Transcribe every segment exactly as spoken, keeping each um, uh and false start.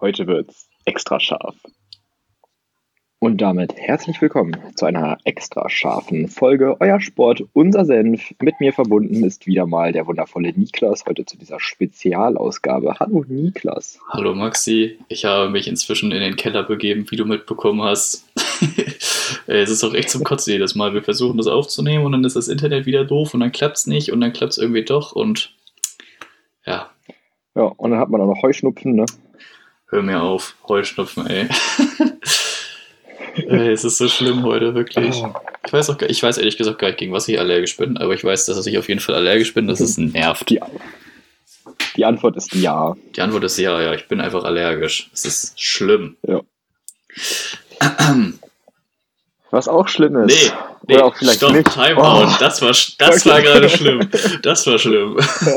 Heute wird's extra scharf. Und damit herzlich willkommen zu einer extra scharfen Folge Euer Sport, unser Senf. Mit mir verbunden ist wieder mal der wundervolle Niklas, heute zu dieser Spezialausgabe. Hallo Niklas. Hallo Maxi, ich habe mich inzwischen in den Keller begeben, wie du mitbekommen hast. Es ist auch echt zum Kotzen jedes Mal. Wir versuchen das aufzunehmen und dann ist das Internet wieder doof und dann klappt es nicht und dann klappt es irgendwie doch und ja. Ja, und dann hat man auch noch Heuschnupfen, ne? Hör mir auf, Heuschnupfen, ey. Ey, es ist so schlimm heute, wirklich. Oh. Ich weiß auch, gar- ich weiß ehrlich gesagt gar nicht, gegen was ich allergisch bin, aber ich weiß, dass ich auf jeden Fall allergisch bin, dass es nervt. Die, die Antwort ist ja. Die Antwort ist ja, ja, ich bin einfach allergisch. Es ist schlimm. Ja. Was auch schlimm ist. Nee, nee, Oder auch vielleicht stopp, nicht. Timeout. Oh. Das war, sch- das Okay. war gerade schlimm. Das war schlimm.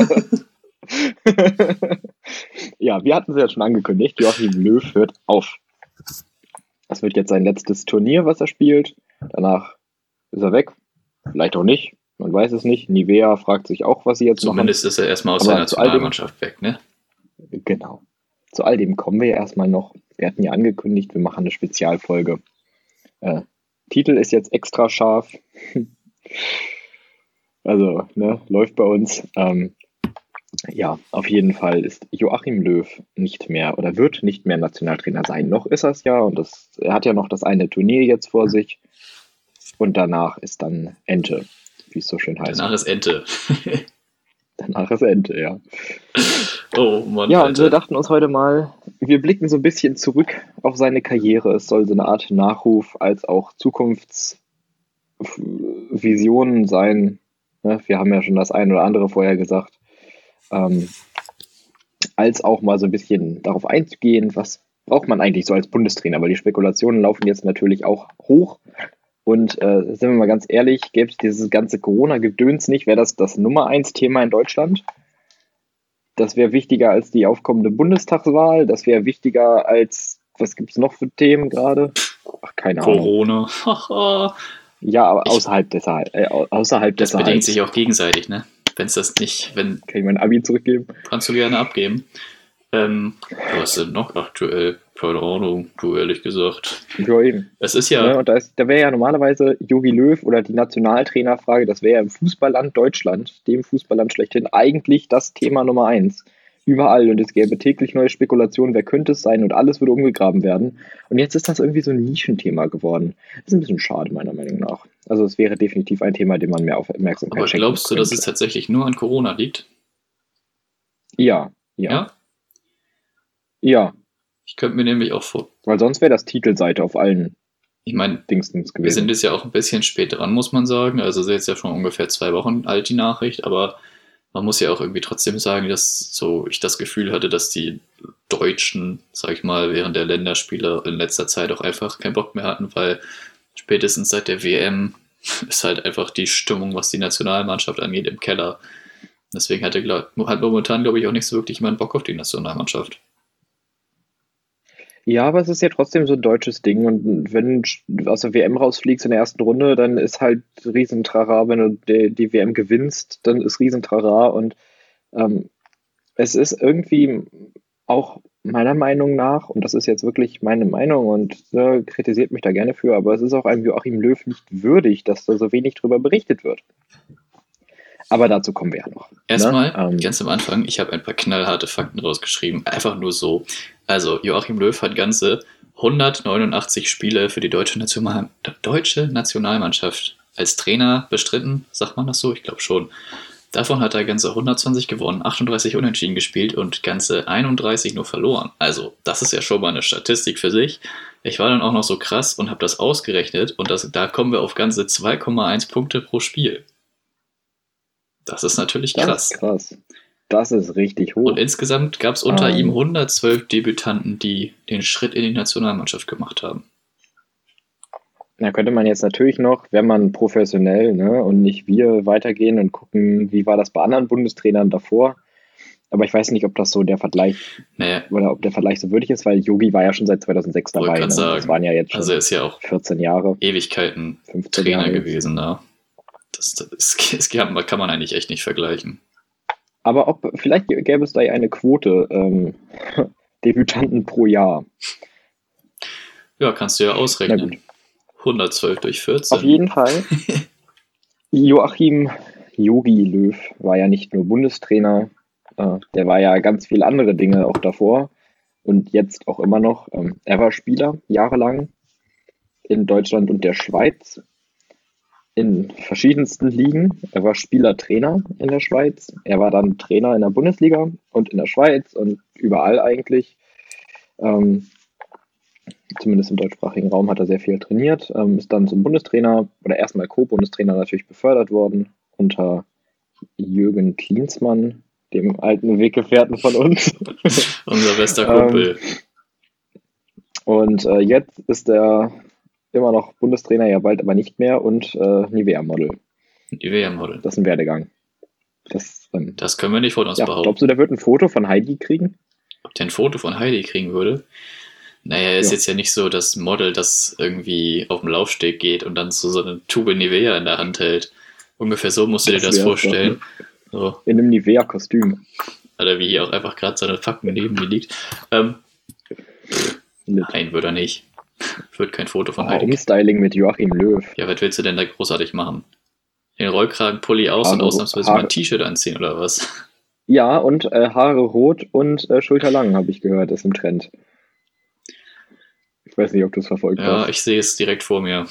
Ja, wir hatten es ja schon angekündigt. Joachim Löw hört auf. Das wird jetzt sein letztes Turnier, was er spielt. Danach ist er weg. Vielleicht auch nicht. Man weiß es nicht. Nivea fragt sich auch, was sie jetzt Zumindest ist er erstmal aus Aber der zu all dem- Nationalmannschaft weg, ne? machen. Genau. Zu all dem kommen wir ja erstmal noch. Wir hatten ja angekündigt, wir machen eine Spezialfolge. Äh, Titel ist jetzt extra scharf. Also, ne, läuft bei uns. Ähm, ja, auf jeden Fall ist Joachim Löw nicht mehr oder wird nicht mehr Nationaltrainer sein. Noch ist er es ja und das, er hat ja noch das eine Turnier jetzt vor sich. Und danach ist dann Ente, wie es so schön heißt. Danach ist Ente. Danach ist Ente, ja. Oh Mann, Ja, und wir Alter. dachten uns heute mal, wir blicken so ein bisschen zurück auf seine Karriere. Es soll so eine Art Nachruf als auch Zukunftsvisionen sein. Ne, wir haben ja schon das ein oder andere vorher gesagt. Ähm, als auch mal so ein bisschen darauf einzugehen, was braucht man eigentlich so als Bundestrainer, weil die Spekulationen laufen jetzt natürlich auch hoch. Und äh, sind wir mal ganz ehrlich, gäbe es dieses ganze Corona-Gedöns nicht, wäre das das Nummer eins Thema in Deutschland. Das wäre wichtiger als die aufkommende Bundestagswahl. Das wäre wichtiger als, was gibt es noch für Themen gerade? Ach, keine Ahnung. Corona. Haha. Ja, aber Ich- außerhalb des, äh, außerhalb Das des bedingt sich auch gegenseitig, ne? Wenn es das nicht, wenn, Kann ich mein Abi zurückgeben? kannst du gerne abgeben. Ähm, was ist denn noch aktuell? Keine Ahnung, du ehrlich gesagt. Ja, eben. Es ist Ne, ja, und da, ist- da wäre ja normalerweise Jogi Löw oder die Nationaltrainerfrage, das wäre ja im Fußballland Deutschland, dem Fußballland schlechthin, eigentlich das Thema Nummer eins. Überall und es gäbe täglich neue Spekulationen, wer könnte es sein und alles würde umgegraben werden. Und jetzt ist das irgendwie so ein Nischenthema geworden. Das ist ein bisschen schade, meiner Meinung nach. Also es wäre definitiv ein Thema, dem man mehr Aufmerksamkeit aber schenken glaubst du, dass es könnte. tatsächlich nur an Corona liegt? Ja, ja, Ja? ja. Ich könnte mir nämlich auch vor. Weil sonst wäre das Titelseite auf allen Ich meine, Dingstens wir sind gewesen. jetzt ja auch ein bisschen spät dran, muss man sagen. Also es ist jetzt ja schon ungefähr zwei Wochen alt, die Nachricht, aber man muss ja auch irgendwie trotzdem sagen, dass so ich das Gefühl hatte, dass die Deutschen, sag ich mal, während der Länderspiele in letzter Zeit auch einfach keinen Bock mehr hatten, weil spätestens seit der W M ist halt einfach die Stimmung, was die Nationalmannschaft angeht, im Keller. Deswegen hatte glaub, hat momentan, glaube ich, auch nicht so wirklich jemand Bock auf die Nationalmannschaft. Ja, aber es ist ja trotzdem so ein deutsches Ding. Und wenn du aus der W M rausfliegst in der ersten Runde, dann ist halt Riesentrara. Wenn du die, die W M gewinnst, dann ist Riesentrara. Und ähm, es ist irgendwie auch meiner Meinung nach, und das ist jetzt wirklich meine Meinung und äh, kritisiert mich da gerne für, aber es ist auch einem Joachim Löw nicht würdig, dass da so wenig drüber berichtet wird. Aber dazu kommen wir ja noch. Erstmal, Ne? Ähm, ganz am Anfang, ich habe ein paar knallharte Fakten rausgeschrieben. Einfach nur so. Also, Joachim Löw hat ganze hundertneunundachtzig Spiele für die deutsche, National deutsche Nationalmannschaft als Trainer bestritten. Sagt man das so? Ich glaube schon. Davon hat er ganze hundertzwanzig gewonnen, achtunddreißig unentschieden gespielt und ganze einunddreißig nur verloren. Also, das ist ja schon mal eine Statistik für sich. Ich war dann auch noch so krass und habe das ausgerechnet und das, da kommen wir auf ganze zwei Komma eins Punkte pro Spiel. Das ist natürlich das krass. ist krass. Das ist richtig hoch. Und insgesamt gab es unter Ähm. ihm hundertzwölf Debütanten, die den Schritt in die Nationalmannschaft gemacht haben. Da könnte man jetzt natürlich noch, wenn man professionell, ne, und nicht wir, weitergehen und gucken, wie war das bei anderen Bundestrainern davor. Aber ich weiß nicht, ob das so der Vergleich Naja, oder ob der Vergleich so würdig ist, weil Yogi war ja schon seit zweitausendsechs wollte dabei. grad Ne? sagen. Das waren ja jetzt schon also er ist ja auch vierzehn Jahre, Ewigkeiten fünfzehn Trainer Jahre. gewesen da. Das, das, das kann man eigentlich echt nicht vergleichen. Aber ob, vielleicht gäbe es da ja eine Quote. Ähm, Debütanten pro Jahr. Ja, kannst du ja Na ausrechnen. gut. hundertzwölf durch vierzehn. Auf jeden Fall. Joachim Jogi Löw war ja nicht nur Bundestrainer, äh, der war ja ganz viele andere Dinge auch davor und jetzt auch immer noch. Ähm, er war Spieler jahrelang in Deutschland und der Schweiz in verschiedensten Ligen. Er war Spielertrainer in der Schweiz. Er war dann Trainer in der Bundesliga und in der Schweiz und überall eigentlich. Ähm, zumindest im deutschsprachigen Raum hat er sehr viel trainiert. Ähm, ist dann zum Bundestrainer oder erstmal Co-Bundestrainer natürlich befördert worden unter Jürgen Klinsmann, dem alten Weggefährten von uns. Unser bester Kumpel. Ähm, und äh, jetzt ist er immer noch Bundestrainer, ja bald aber nicht mehr und äh, Nivea-Model. Nivea-Model. Das ist ein Werdegang. Das, ähm, Das können wir nicht von uns ja, behaupten. glaubst du, der wird ein Foto von Heidi kriegen? Ob der ein Foto von Heidi kriegen würde? Naja, ist Ja. jetzt ja nicht so das Model, das irgendwie auf dem Laufsteg geht und dann so, so eine Tube Nivea in der Hand hält. Ungefähr so musst du dir Das das wär's vorstellen. So, In einem Nivea-Kostüm. oder wie hier auch einfach gerade seine Fakten neben mir liegt. Ähm, Lit. nein, würde er nicht. Wird kein Foto von Oh, Heidi. Umstyling mit Joachim Löw. Ja, was willst du denn da großartig machen? Den Rollkragenpulli aus und Haare- ausnahmsweise mal ein Haare- T-Shirt anziehen oder was? Ja, und äh, Haare rot und äh, schulterlang, habe ich gehört, ist im Trend. Ich weiß nicht, ob du es verfolgt Ja, hast. ich sehe es direkt vor mir.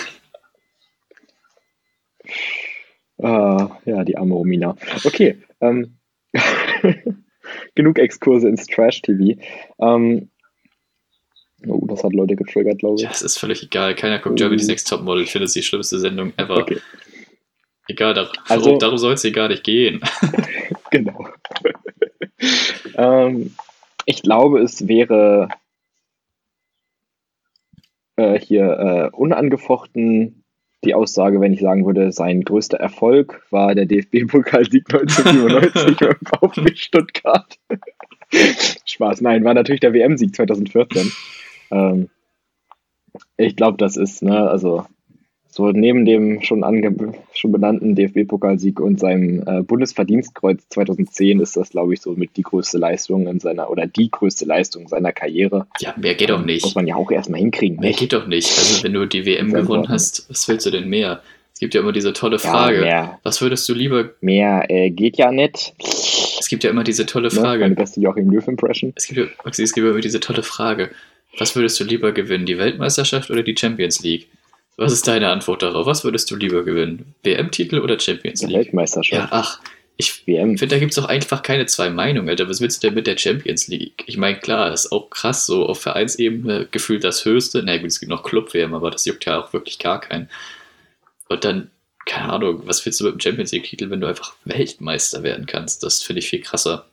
Ah, ja, die arme Romina. Okay, ähm, genug Exkurse ins Trash-T V. Ähm, oh, das hat Leute getriggert, glaube ich. Ja, es ist völlig egal. Keiner guckt Germany's Next Topmodel. Ich finde, es ist die schlimmste Sendung ever. Okay, Egal, dar Also- darum soll es hier gar nicht gehen. genau. ähm, ich glaube, es wäre äh, hier äh, unangefochten die Aussage, wenn ich sagen würde, sein größter Erfolg war der D F B-Pokalsieg neunzehnhundertsiebenundneunzig beim VfB Stuttgart. Spaß, nein, war natürlich der W M-Sieg zweitausendvierzehn. Ähm, ich glaube, das ist, ne, also so neben dem schon, ange schon benannten D F B-Pokalsieg und seinem äh, Bundesverdienstkreuz zweitausendzehn ist das, glaube ich, so mit die größte Leistung in seiner, oder die größte Leistung seiner Karriere. Ja, mehr geht doch Ähm, nicht. Muss man ja auch erstmal hinkriegen. Mehr nicht? geht doch nicht. Also, wenn du die W M Sehr gewonnen important. hast, was willst du denn mehr? Es gibt ja immer diese tolle Ja, Frage. mehr, Was würdest du lieber. mehr äh, geht ja nicht. Es gibt ja immer diese tolle Ne? Meine Frage. beste Joachim Löw-Impression. Es gibt, ja, Maxi, es gibt immer diese tolle Frage. Was würdest du lieber gewinnen? Die Weltmeisterschaft oder die Champions League? Was ist deine Antwort darauf? Was würdest du lieber gewinnen? W M-Titel oder Champions Die League? Weltmeisterschaft. Ja, ach, ich W M. finde, da gibt es doch einfach keine zwei Meinungen, Alter. Was willst du denn mit der Champions League? Ich meine, klar, ist auch krass, so auf Vereinsebene gefühlt das Höchste. Na gut, es gibt noch Club-W M, aber das juckt ja auch wirklich gar keinen. Und dann, keine Ahnung, was willst du mit dem Champions League-Titel, wenn du einfach Weltmeister werden kannst? Das finde ich viel krasser.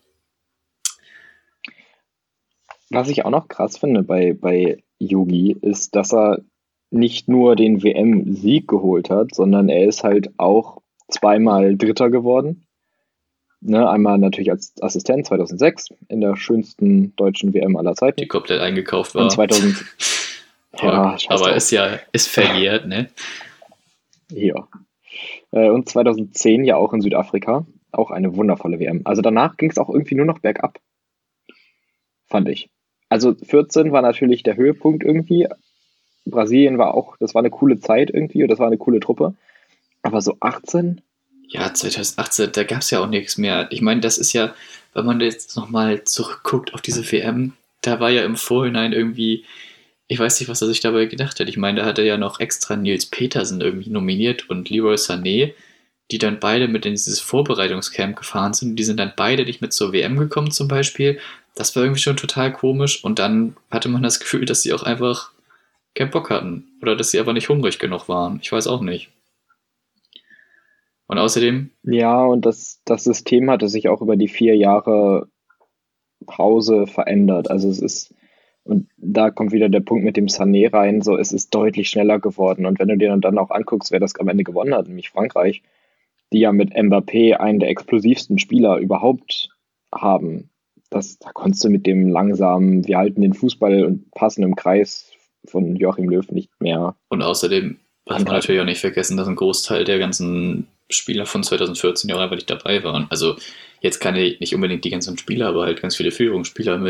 Was ich auch noch krass finde bei, bei Yogi ist, dass er nicht nur den W M-Sieg geholt hat, sondern er ist halt auch zweimal Dritter geworden. Ne, einmal natürlich als Assistent zweitausendsechs in der schönsten deutschen W M aller Zeiten. Die komplett eingekauft war. Und zweitausend. aber Ja, scheiß aber drauf. ist ja, ist verjährt, ne? Ja. Äh, Und zweitausendzehn ja auch in Südafrika. Auch eine wundervolle W M. Also danach ging es auch irgendwie nur noch bergab. Fand ich. Also vierzehn war natürlich der Höhepunkt irgendwie. Brasilien war auch, das war eine coole Zeit irgendwie und das war eine coole Truppe. Aber so achtzehn, Ja, zweitausendachtzehn, da gab es ja auch nichts mehr. Ich meine, das ist ja, wenn man jetzt nochmal zurückguckt auf diese W M, da war ja im Vorhinein irgendwie, ich weiß nicht, was er sich dabei gedacht hat. Ich meine, da hat er ja noch extra Nils Petersen irgendwie nominiert und Leroy Sané, die dann beide mit in dieses Vorbereitungscamp gefahren sind. Die sind dann beide nicht mit zur W M gekommen zum Beispiel. Das war irgendwie schon total komisch. Und dann hatte man das Gefühl, dass sie auch einfach keinen Bock hatten. Oder dass sie einfach nicht hungrig genug waren. Ich weiß auch nicht. Und außerdem, ja, und das, das System hatte sich auch über die vier Jahre Pause verändert. Also es ist, und da kommt wieder der Punkt mit dem Sané rein, so es ist deutlich schneller geworden. Und wenn du dir dann auch anguckst, wer das am Ende gewonnen hat, nämlich Frankreich, die ja mit Mbappé einen der explosivsten Spieler überhaupt haben, das, da konntest du mit dem langsamen, wir halten den Fußball und passen im Kreis von Joachim Löw nicht mehr. und außerdem darf man Angreifen. natürlich auch nicht vergessen, dass ein Großteil der ganzen Spieler von zweitausendvierzehn ja auch einfach nicht dabei waren. Also jetzt kann ich nicht unbedingt die ganzen Spieler, aber halt ganz viele Führungsspieler mit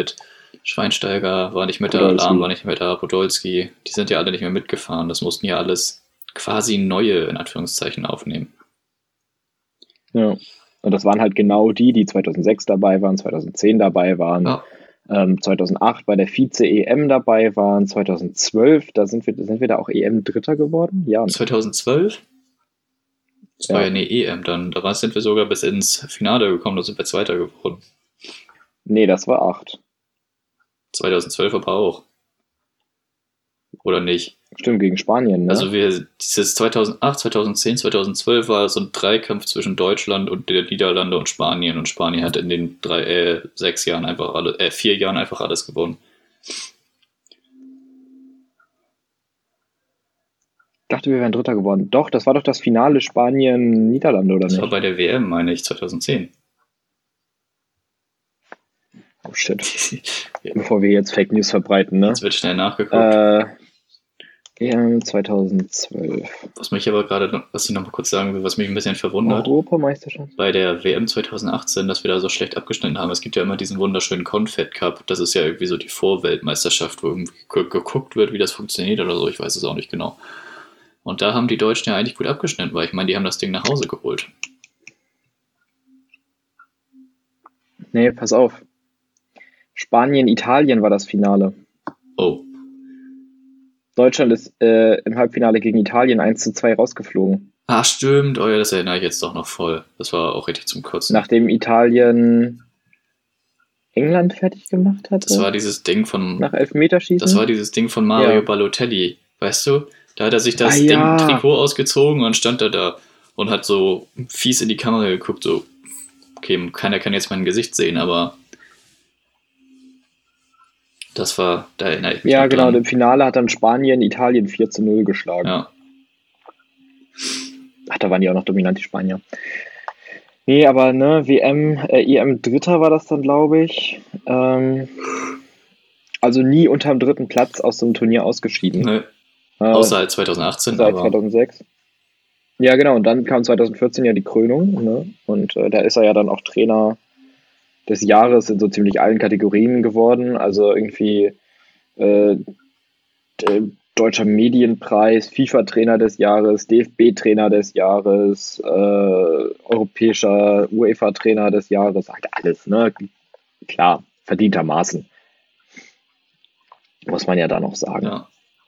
Schweinsteiger war nicht mit da, Podolski. Lahm war nicht mehr da, Podolski, die sind ja alle nicht mehr mitgefahren. Das mussten ja alles quasi neue, in Anführungszeichen, aufnehmen. Ja. Und das waren halt genau die, die zweitausendsechs dabei waren, zweitausendzehn dabei waren, Ja, ähm, zweitausendacht bei der Vize-E M dabei waren, zweitausendzwölf, da sind wir, sind wir da auch E M-Dritter geworden? Ja, ne? zweitausendzwölf? Das war Ja. ja eine E M dann. Da war- sind wir sogar bis ins Finale gekommen, da sind wir Zweiter geworden. Nee, das war acht. zweitausendzwölf aber auch. Oder nicht? Stimmt, gegen Spanien, ne? Also wir, dieses zweitausendacht, zweitausendzehn, zweitausendzwölf war so ein Dreikampf zwischen Deutschland und den Niederlande und Spanien. Und Spanien hat in den drei, äh, sechs Jahren einfach alle, äh, vier Jahren einfach alles gewonnen. Ich dachte, wir wären Dritter geworden. Doch, das war doch das Finale Spanien-Niederlande, oder Das war nicht? bei der W M, meine ich, zweitausendzehn. Oh shit. Bevor wir jetzt Fake News verbreiten, ne? Jetzt wird schnell nachgeguckt. Äh, E M zweitausendzwölf. Was mich aber gerade, noch- was ich noch mal kurz sagen will, was mich ein bisschen verwundert, Europameisterschaft? bei der W M zweitausendachtzehn, dass wir da so schlecht abgeschnitten haben. Es gibt ja immer diesen wunderschönen Confed Cup. Das ist ja irgendwie so die Vorweltmeisterschaft, wo irgendwie ge- geguckt wird, wie das funktioniert oder so. Ich weiß es auch nicht genau. Und da haben die Deutschen ja eigentlich gut abgeschnitten, weil ich meine, die haben das Ding nach Hause geholt. Nee, pass auf. Spanien-Italien war das Finale. Oh, Deutschland ist äh, im Halbfinale gegen Italien eins zu zwei rausgeflogen. ah, stimmt. Oh ja, das erinnere ich jetzt doch noch voll. Das war auch richtig zum Kotzen. Nachdem Italien England fertig gemacht hatte. Das war dieses Ding von, nach Elfmeterschießen. das war dieses Ding von Mario Ja. Balotelli. Weißt du? Da hat er sich das Ah, Ding, ja. Trikot ausgezogen und stand da da und hat so fies in die Kamera geguckt, so, okay, keiner kann jetzt mein Gesicht sehen, aber das war, da erinnere ich mich Ja, noch genau. Und dran. im Finale hat dann Spanien Italien vier zu null geschlagen. Ja, Ach, da waren die auch noch dominant, die Spanier. Nee, aber ne, W M, äh, E M Dritter war das dann, glaube ich. Ähm, also nie unterm dritten Platz aus so einem Turnier ausgeschieden. ne, Äh, außer halt zweitausendachtzehn, seit aber zweitausendsechs. Ja, genau. Und dann kam zweitausendvierzehn ja die Krönung. Ne? Und äh, da ist er ja dann auch Trainer des Jahres in so ziemlich allen Kategorien geworden. Also irgendwie äh, d- Deutscher Medienpreis, FIFA-Trainer des Jahres, D F B-Trainer des Jahres, äh, Europäischer UEFA-Trainer des Jahres, halt alles, ne? Klar, verdientermaßen. Muss man ja da noch sagen. ja,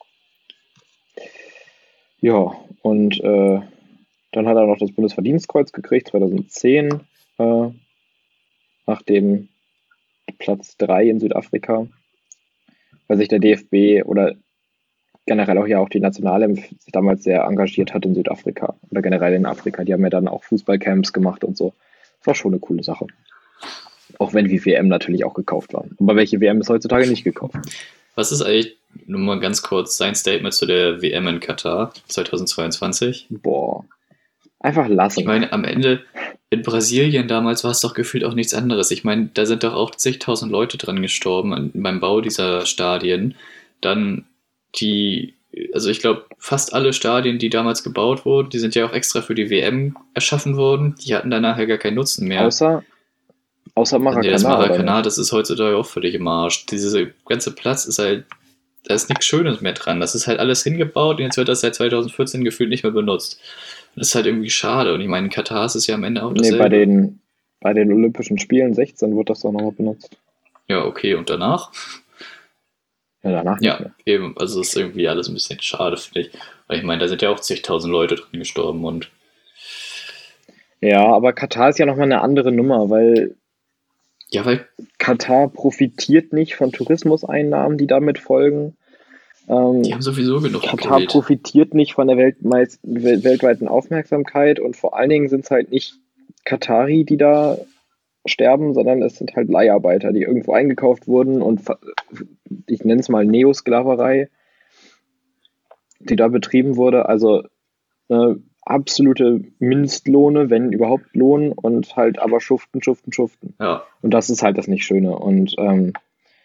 Ja, und äh, dann hat er noch das Bundesverdienstkreuz gekriegt, zweitausendzehn, äh, nach dem Platz drei in Südafrika, weil sich der D F B oder generell auch ja auch die Nationale sich damals sehr engagiert hat in Südafrika oder generell in Afrika. Die haben ja dann auch Fußballcamps gemacht und so. Das war schon eine coole Sache. Auch wenn die W M natürlich auch gekauft war. Aber welche W M ist heutzutage nicht gekauft? Was ist eigentlich, nur mal ganz kurz, sein Statement zu der W M in Katar zweitausendzweiundzwanzig? Boah. Einfach lassen. Ich meine, am Ende, in Brasilien damals war es doch gefühlt auch nichts anderes. Ich meine, da sind doch auch zigtausend Leute dran gestorben an- beim Bau dieser Stadien. Dann die, also ich glaube, fast alle Stadien, die damals gebaut wurden, die sind ja auch extra für die W M erschaffen worden. Die hatten dann nachher gar keinen Nutzen mehr. Außer, außer Nee, Maracanã. das oder Maracanã, nicht? das ist heutzutage auch völlig im Arsch. Dieser ganze Platz ist halt, da ist nichts Schönes mehr dran. Das ist halt alles hingebaut und jetzt wird das seit zweitausendvierzehn gefühlt nicht mehr benutzt. Und das ist halt irgendwie schade. Und ich meine, in Katar ist es ja am Ende auch Nee, dasselbe. bei den, bei den Olympischen Spielen sechzehn wird das doch nochmal benutzt. Ja, okay, und danach? Ja, danach nicht Ja, mehr. eben. Also es ist irgendwie alles ein bisschen schade, finde ich. Weil ich meine, da sind ja auch zigtausend Leute drin gestorben und Ja, aber Katar ist ja nochmal eine andere Nummer, weil ja, weil Katar profitiert nicht von Tourismuseinnahmen, die damit folgen. Ähm, die haben sowieso genug Katar Geld. profitiert nicht von der Weltmeist wel- weltweiten Aufmerksamkeit und vor allen Dingen sind es halt nicht Katari, die da sterben, sondern es sind halt Leiharbeiter, die irgendwo eingekauft wurden und ver- ich nenne es mal Neosklaverei, die da betrieben wurde. Also äh, absolute Mindestlohne, wenn überhaupt Lohn und halt aber schuften, schuften, schuften. Ja, Und das ist halt das nicht Schöne. Und ähm,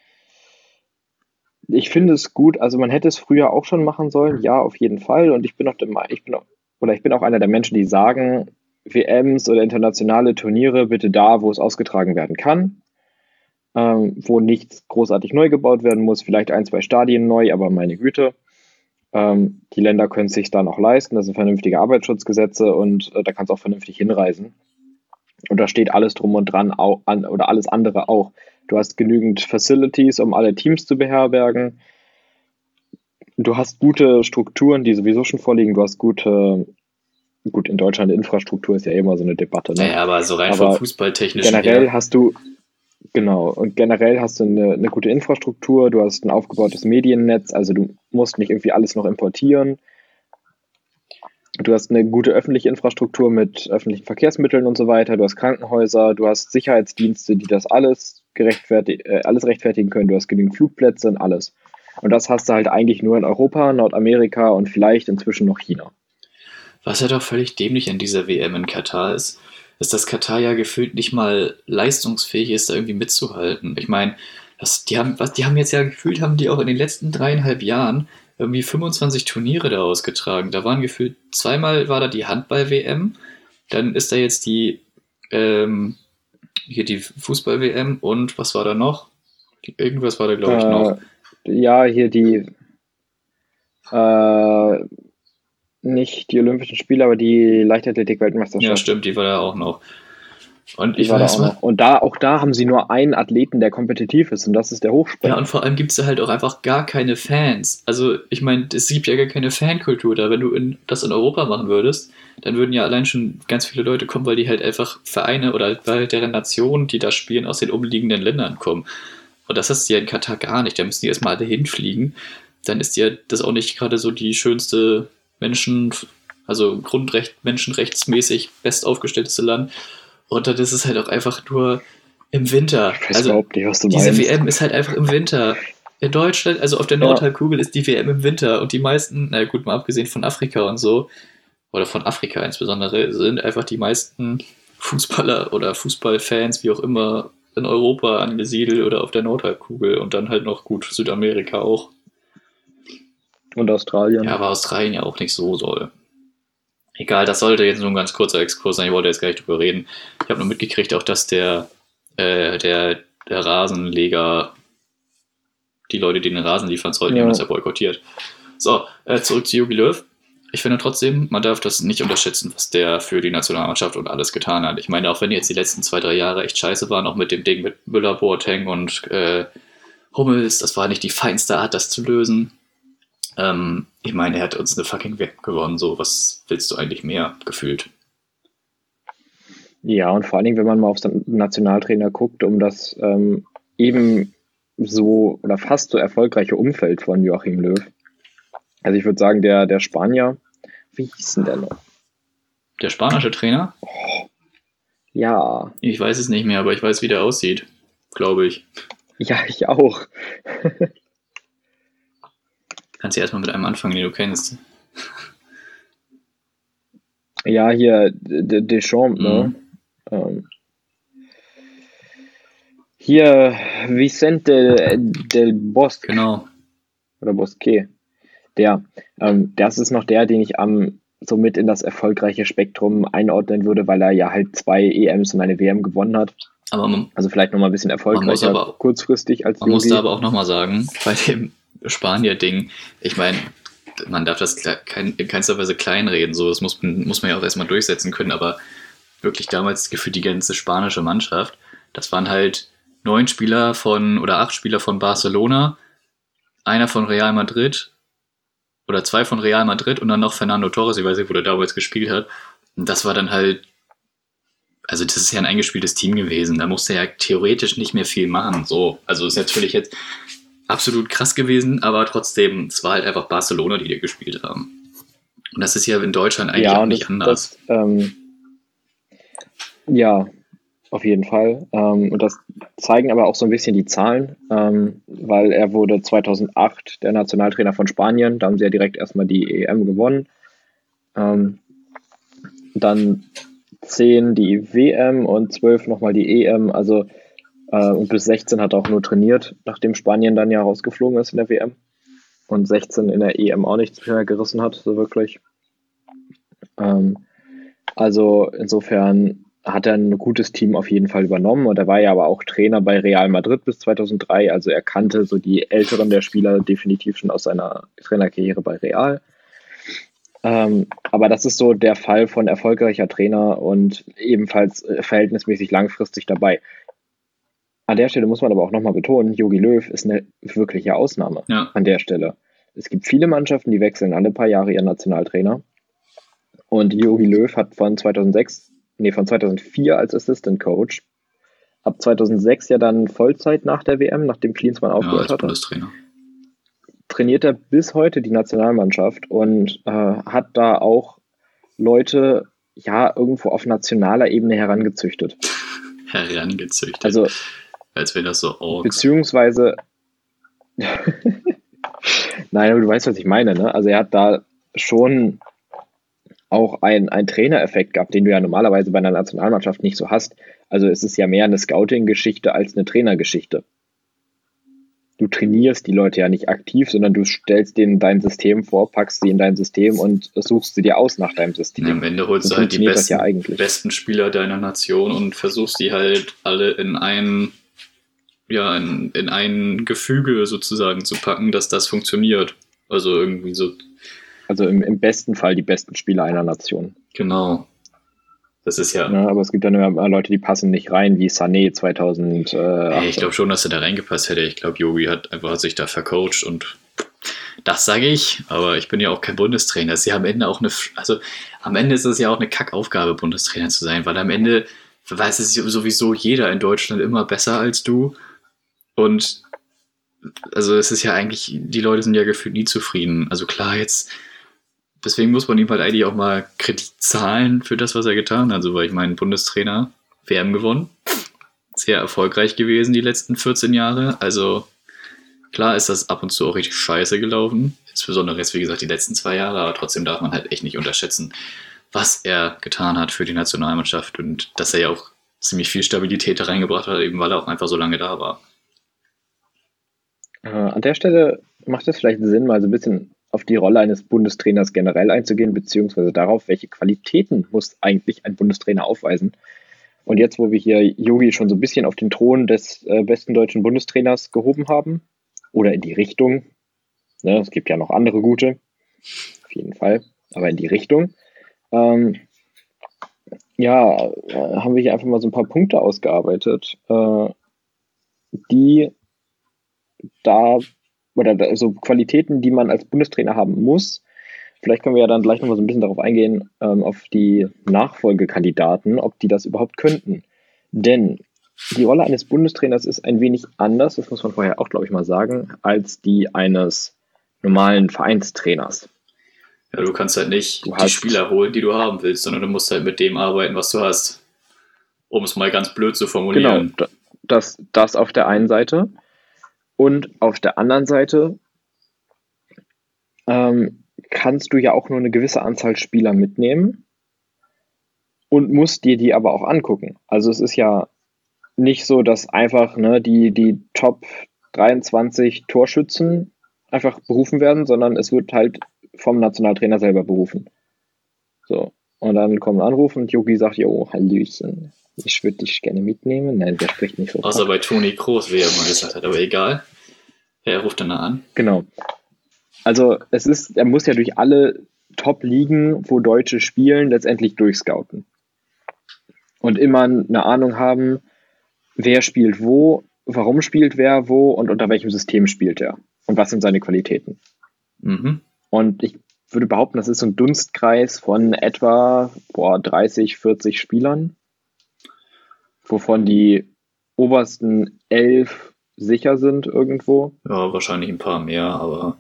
ich finde es gut, also man hätte es früher auch schon machen sollen, ja, auf jeden Fall. Und ich bin auch der, Me- ich bin auch, oder ich bin auch einer der Menschen, die sagen, W Ms oder internationale Turniere bitte da, wo es ausgetragen werden kann. ähm, wo nichts großartig neu gebaut werden muss, vielleicht ein, zwei Stadien neu, aber meine Güte. Ähm, die Länder können es sich dann auch leisten, das sind vernünftige Arbeitsschutzgesetze und äh, da kannst du auch vernünftig hinreisen. Und da steht alles drum und dran, auch an, oder alles andere auch. Du hast genügend Facilities, um alle Teams zu beherbergen. Du hast gute Strukturen, die sowieso schon vorliegen. Du hast gute, gut, in Deutschland Infrastruktur ist ja immer so eine Debatte, ne? Naja, aber so rein vom Aber Fußballtechnischen generell her. hast du, genau, und generell hast du eine, eine gute Infrastruktur, du hast ein aufgebautes Mediennetz, also du musst nicht irgendwie alles noch importieren. Du hast eine gute öffentliche Infrastruktur mit öffentlichen Verkehrsmitteln und so weiter. Du hast Krankenhäuser, du hast Sicherheitsdienste, die das alles gerechtfertigen, äh, alles rechtfertigen können. Du hast genügend Flugplätze und alles. Und das hast du halt eigentlich nur in Europa, Nordamerika und vielleicht inzwischen noch China. Was ja doch völlig dämlich an dieser W M in Katar ist, ist, dass Katar ja gefühlt nicht mal leistungsfähig ist, da irgendwie mitzuhalten. Ich meine, das, die, haben, was, die haben jetzt ja gefühlt, haben die auch in den letzten dreieinhalb Jahren irgendwie fünfundzwanzig Turniere da ausgetragen. Da waren gefühlt, zweimal war da die Handball-W M, dann ist da jetzt die, ähm, hier die Fußball-W M und was war da noch? Irgendwas war da, glaube ich, noch. Äh, ja, hier die, äh, nicht die Olympischen Spiele, aber die Ja, Leichtathletik-Weltmeisterschaft. stimmt, die war da auch noch. Und Die ich war da weiß auch was. noch. Und da, auch da haben sie nur einen Athleten, der kompetitiv ist, und das ist der Ja, Hochspringer. und vor allem gibt es da halt auch einfach gar keine Fans. Also, ich meine, es gibt ja gar keine Fankultur da. Wenn du in, das in Europa machen würdest, dann würden ja allein schon ganz viele Leute kommen, weil die halt einfach Vereine oder weil deren Nationen, die da spielen, aus den umliegenden Ländern kommen. Und das hast du ja in Katar gar nicht. Da müssen die erstmal alle hinfliegen. Dann ist ja das auch nicht gerade so die schönste Menschen, also Grundrecht, menschenrechtsmäßig bestaufgestellteste Land. Und dann ist es halt auch einfach nur im Winter. Ich weiß Also überhaupt nicht, was du diese meinst. W M ist halt einfach im Winter. In Deutschland, also auf der Ja, Nordhalbkugel ist die W M im Winter und die meisten, na gut, mal abgesehen von Afrika und so, oder von Afrika insbesondere, sind einfach die meisten Fußballer oder Fußballfans, wie auch immer, in Europa angesiedelt oder auf der Nordhalbkugel und dann halt noch gut Südamerika auch. und Ja, Australien. aber Australien ja auch nicht so soll. Egal, das sollte jetzt nur ein ganz kurzer Exkurs sein, ich wollte jetzt gar nicht drüber reden. Ich habe nur mitgekriegt auch, dass der, äh, der, der Rasenleger, die Leute, die den Rasen liefern sollten, die haben das Ja, ja boykottiert. So, äh, zurück zu Jogi Löw. Ich finde trotzdem, man darf das nicht unterschätzen, was der für die Nationalmannschaft und alles getan hat. Ich meine, auch wenn jetzt die letzten zwei, drei Jahre echt scheiße waren, auch mit dem Ding mit Müller, Boateng und äh, Hummels, das war nicht die feinste Art, das zu lösen. Ähm, ich meine, er hat uns eine fucking W M gewonnen, so, was willst du eigentlich mehr, gefühlt? ja, und vor allen Dingen, wenn man mal auf den Nationaltrainer guckt, um das ähm, eben so oder fast so erfolgreiche Umfeld von Joachim Löw. Also ich würde sagen, der, der Spanier, wie hieß denn der noch? Der spanische Trainer? Ja, Ich weiß es nicht mehr, aber ich weiß, wie der aussieht, glaube ich. ja, ich auch. Kannst du erstmal mit einem anfangen, den du kennst. Ja, hier, D- Deschamps, ne? Mhm. Ähm, hier, Vicente del Bosque Genau. oder Bosque. Der, ähm, das ist noch der, den ich am somit in das erfolgreiche Spektrum einordnen würde, weil er ja halt zwei E Ms und eine W M gewonnen hat. Aber man, Also vielleicht nochmal ein bisschen man muss erfolgreicher aber kurzfristig als Man muss da Yogi. aber auch nochmal sagen, bei dem Spanier-Ding, ich meine, man darf das kein, in keinster Weise kleinreden, so, das muss, muss man ja auch erstmal durchsetzen können, aber wirklich damals gefühlt die ganze spanische Mannschaft, das waren halt neun Spieler von, oder acht Spieler von Barcelona, einer von Real Madrid, oder zwei von Real Madrid und dann noch Fernando Torres, ich weiß nicht, wo der damals gespielt hat. Und das war dann halt, also das ist ja ein eingespieltes Team gewesen, da musste er ja theoretisch nicht mehr viel machen, so. Also ist natürlich jetzt absolut krass gewesen, aber trotzdem, es war halt einfach Barcelona, die da gespielt haben. Und das ist ja in Deutschland eigentlich Ja, auch und nicht das, anders. das ähm, ja, auf jeden Fall. Ähm, und das zeigen aber auch so ein bisschen die Zahlen, ähm, weil er wurde zweitausendacht der Nationaltrainer von Spanien. Da haben sie ja direkt erstmal die E M gewonnen. Ähm, dann zehn die W M und zwölf nochmal die E M. Also äh, und bis sechzehn hat er auch nur trainiert, nachdem Spanien dann ja rausgeflogen ist in der W M. Und sechzehn in der E M auch nichts mehr gerissen hat, so wirklich. Ähm, also insofern hat er ein gutes Team auf jeden Fall übernommen und er war ja aber auch Trainer bei Real Madrid bis zweitausenddrei, also er kannte so die Älteren der Spieler definitiv schon aus seiner Trainerkarriere bei Real. Ähm, aber das ist so der Fall von erfolgreicher Trainer und ebenfalls äh, verhältnismäßig langfristig dabei. An der Stelle muss man aber auch nochmal betonen, Jogi Löw ist eine wirkliche Ausnahme Ja. an der Stelle. Es gibt viele Mannschaften, die wechseln alle paar Jahre ihren Nationaltrainer. Und Jogi Löw hat von zweitausendsechs, nee, von zweitausendvier als Assistant Coach, ab zweitausendsechs ja dann Vollzeit nach der W M, nachdem Klinsmann Ja, aufgehört als hatte, Bundestrainer. trainiert er bis heute die Nationalmannschaft und äh, hat da auch Leute ja irgendwo auf nationaler Ebene herangezüchtet. Herangezüchtet. Also, als wäre das so Orks. beziehungsweise, nein, aber du weißt, was ich meine, ne? Also er hat da schon auch einen Trainereffekt gehabt, den du ja normalerweise bei einer Nationalmannschaft nicht so hast. Also es ist ja mehr eine Scouting-Geschichte als eine Trainergeschichte. Du trainierst die Leute ja nicht aktiv, sondern du stellst denen dein System vor, packst sie in dein System und suchst sie dir aus nach deinem System. Ja, am Ende holst So du halt die funktioniert das besten, ja eigentlich. besten Spieler deiner Nation und versuchst die halt alle in ein, ja, in, in ein Gefüge sozusagen zu packen, dass das funktioniert. Also irgendwie so. Also im, im besten Fall die besten Spieler einer Nation. Genau. Das ist ja. Ja, aber es gibt dann immer Leute, die passen nicht rein, wie Sané zweitausend. Ey, ich glaube schon, dass er da reingepasst hätte. Ich glaube, Jogi hat einfach sich da vercoacht und das sage ich, aber ich bin ja auch kein Bundestrainer. Es ist ja am Ende auch eine, also am Ende ist es ja auch eine Kackaufgabe, Bundestrainer zu sein, weil am Ende weiß es sowieso jeder in Deutschland immer besser als du. Und also es ist ja eigentlich, die Leute sind ja gefühlt nie zufrieden. Also klar, jetzt, deswegen muss man ihm halt eigentlich auch mal Kredit zahlen für das, was er getan hat. Also, weil ich meine, Bundestrainer, W M gewonnen, sehr erfolgreich gewesen die letzten vierzehn Jahre. Also klar ist das ab und zu auch richtig scheiße gelaufen. Insbesondere jetzt, wie gesagt, die letzten zwei Jahre. Aber trotzdem darf man halt echt nicht unterschätzen, was er getan hat für die Nationalmannschaft und dass er ja auch ziemlich viel Stabilität da reingebracht hat, eben weil er auch einfach so lange da war. Äh, an der Stelle macht es vielleicht Sinn, mal so ein bisschen auf die Rolle eines Bundestrainers generell einzugehen, beziehungsweise darauf, welche Qualitäten muss eigentlich ein Bundestrainer aufweisen. Und jetzt, wo wir hier Jogi schon so ein bisschen auf den Thron des äh, besten deutschen Bundestrainers gehoben haben, oder in die Richtung, ne, es gibt ja noch andere gute, auf jeden Fall, aber in die Richtung, ähm, ja, äh, haben wir hier einfach mal so ein paar Punkte ausgearbeitet, äh, die da, oder da, so Qualitäten, die man als Bundestrainer haben muss. Vielleicht können wir ja dann gleich nochmal so ein bisschen darauf eingehen, ähm, auf die Nachfolgekandidaten, ob die das überhaupt könnten. Denn die Rolle eines Bundestrainers ist ein wenig anders, das muss man vorher auch, glaube ich, mal sagen, als die eines normalen Vereinstrainers. Ja, du kannst halt nicht Du die hast- Spieler holen, die du haben willst, sondern du musst halt mit dem arbeiten, was du hast. Um es mal ganz blöd zu Genau, formulieren. d- das, das auf der einen Seite. Und auf der anderen Seite ähm, kannst du ja auch nur eine gewisse Anzahl Spieler mitnehmen und musst dir die aber auch angucken. Also es ist ja nicht so, dass einfach ne, die, die Top dreiundzwanzig Torschützen einfach berufen werden, sondern es wird halt vom Nationaltrainer selber berufen. So. Und dann kommt ein Anruf und Jogi sagt, jo, Hallöchen, ich würde dich gerne mitnehmen. Nein, der spricht nicht so. Außer bei Toni Kroos, wie er mal gesagt hat, aber egal. Er ruft dann an. Genau. Also es ist, er muss ja durch alle Top-Ligen, wo Deutsche spielen, letztendlich durchscouten. Und immer eine Ahnung haben, wer spielt wo, warum spielt wer wo und unter welchem System spielt er. Und was sind seine Qualitäten. Mhm. Und ich würde behaupten, das ist so ein Dunstkreis von etwa boah, dreißig, vierzig Spielern, wovon die obersten elf sicher sind irgendwo. Ja, wahrscheinlich ein paar mehr, aber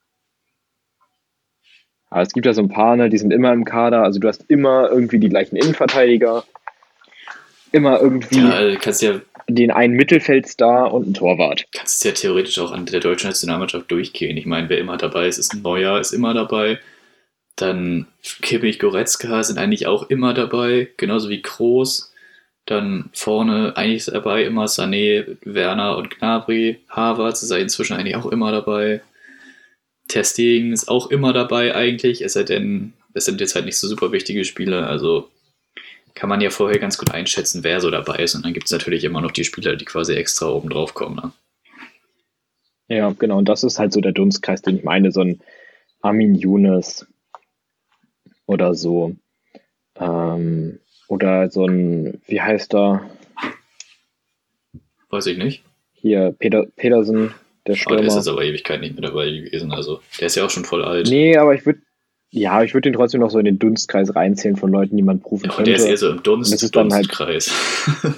Aber es gibt ja so ein paar, ne, die sind immer im Kader. Also du hast immer irgendwie die gleichen Innenverteidiger, immer irgendwie ja, du kannst ja, den einen Mittelfeldstar und einen Torwart. kannst ja theoretisch auch an der deutschen Nationalmannschaft durchgehen. Ich meine, wer immer dabei ist, ist ein Neuer, ist immer dabei. Dann Kimmich, Goretzka sind eigentlich auch immer dabei, genauso wie Kroos. Dann vorne eigentlich dabei immer Sané, Werner und Gnabry. Havertz ist ja inzwischen eigentlich auch immer dabei. Ter Stegen ist auch immer dabei eigentlich, es sei denn, es sind jetzt halt nicht so super wichtige Spiele. Also kann man ja vorher ganz gut einschätzen, wer so dabei ist. Und dann gibt es natürlich immer noch die Spieler, die quasi extra oben drauf kommen. Ne? Ja, genau. Und das ist halt so der Dunstkreis, den ich meine. So ein Armin Younes oder so. Ähm, oder so ein, wie heißt er? Weiß ich nicht. Hier, Peter, Petersen, der Stürmer. Aber der ist jetzt aber Ewigkeit nicht mehr dabei gewesen. Also, der ist ja auch schon voll alt. Nee, aber ich würde, ja, ich würde den trotzdem noch so in den Dunstkreis reinzählen von Leuten, die man prüfen ja, könnte. Der ist eher so im Dunst, das ist dann Dunstkreis. Halt,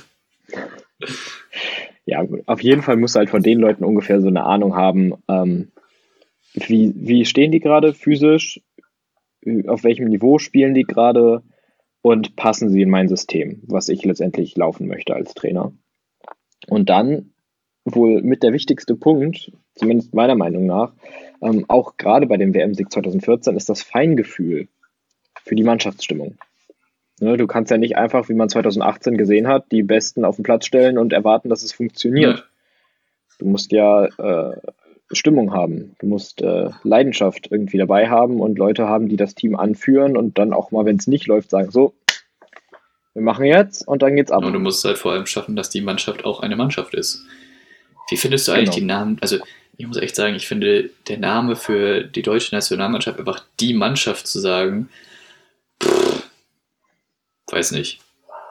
ja, auf jeden Fall musst du halt von den Leuten ungefähr so eine Ahnung haben, ähm, wie, wie stehen die gerade physisch, auf welchem Niveau spielen die gerade und passen sie in mein System, was ich letztendlich laufen möchte als Trainer. Und dann wohl mit der wichtigste Punkt, zumindest meiner Meinung nach, ähm, auch gerade bei dem W M-Sieg zwanzig vierzehn, ist das Feingefühl für die Mannschaftsstimmung. Ne, du kannst ja nicht einfach, wie man zwanzig achtzehn gesehen hat, die Besten auf den Platz stellen und erwarten, dass es funktioniert. Ja. Du musst ja äh, Stimmung haben. Du musst äh, Leidenschaft irgendwie dabei haben und Leute haben, die das Team anführen und dann auch mal, wenn es nicht läuft, sagen, so, wir machen jetzt und dann geht's ab. Und du musst halt vor allem schaffen, dass die Mannschaft auch eine Mannschaft ist. Wie findest du eigentlich genau. die Namen? Also ich muss echt sagen, ich finde, der Name für die deutsche Nationalmannschaft, einfach die Mannschaft zu sagen, pff, weiß nicht.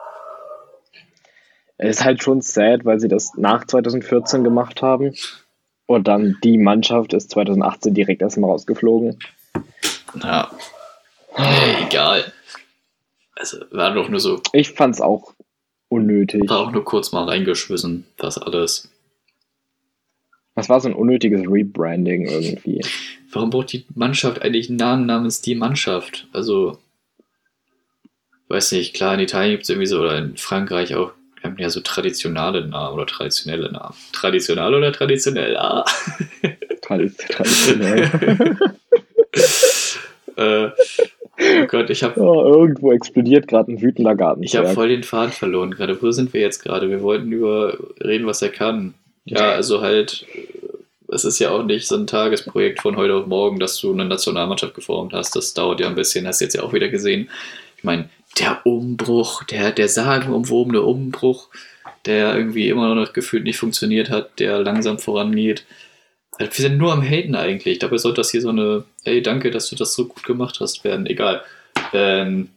Es ist halt schon sad, weil sie das nach zwanzig vierzehn gemacht haben. Und dann die Mannschaft ist zwanzig achtzehn direkt erstmal rausgeflogen. Ja. Nee, egal. Also war doch nur so. Ich fand's auch unnötig. War auch nur kurz mal reingeschmissen, das alles. Das war so ein unnötiges Rebranding irgendwie. Warum braucht die Mannschaft eigentlich einen Namen namens die Mannschaft? Also, weiß nicht, klar, in Italien gibt es irgendwie so, oder in Frankreich auch, haben ja so traditionelle Namen oder traditionelle Namen. Traditional oder traditionell? Ah. Traditionell. äh, oh Gott, ich habe... Oh, irgendwo explodiert gerade ein wütender Garten. Ich habe voll den Faden verloren gerade. Wo sind wir jetzt gerade? Wir wollten über reden, was er kann. Ja, also halt, es ist ja auch nicht so ein Tagesprojekt von heute auf morgen, dass du eine Nationalmannschaft geformt hast. Das dauert ja ein bisschen, hast du jetzt ja auch wieder gesehen. Ich meine, der Umbruch, der, der sagenumwobene Umbruch, der irgendwie immer noch gefühlt nicht funktioniert hat, der langsam vorangeht. Wir sind nur am Haten eigentlich. Dabei sollte das hier so eine, ey, danke, dass du das so gut gemacht hast, werden. Egal. Ähm,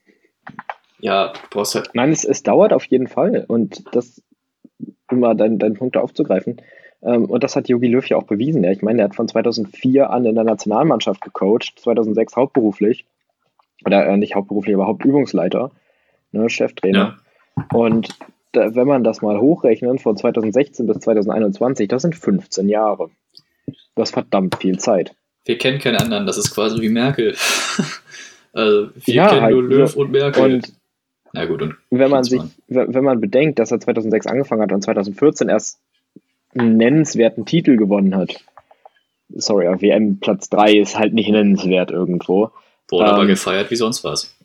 ja, du brauchst halt... Nein, es, es dauert auf jeden Fall. Und das, um mal deinen dein Punkt aufzugreifen, ähm, und das hat Jogi Löw ja auch bewiesen. Ja. Ich meine, er hat von zweitausendvier an in der Nationalmannschaft gecoacht, zweitausendsechs hauptberuflich. Oder äh, nicht hauptberuflich, aber Hauptübungsleiter, ne, Cheftrainer. Ja. Und da, wenn man das mal hochrechnet, von zweitausendsechzehn bis zweitausendeinundzwanzig, das sind fünfzehn Jahre. Das ist verdammt viel Zeit. Wir kennen keinen anderen, das ist quasi wie Merkel. Also wir ja, kennen halt nur Löw so. und Merkel. Und na gut, und wenn man sich, wenn man bedenkt, dass er zweitausendsechs angefangen hat und zweitausendvierzehn erst einen nennenswerten Titel gewonnen hat. Sorry, W M Platz drei ist halt nicht nennenswert irgendwo. Wurde ähm, aber gefeiert wie sonst was.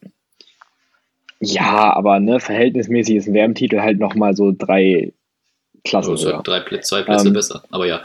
Ja, aber ne, verhältnismäßig ist ein W M-Titel halt nochmal so drei Klassen. Also halt drei, zwei Plätze ähm, besser, aber ja.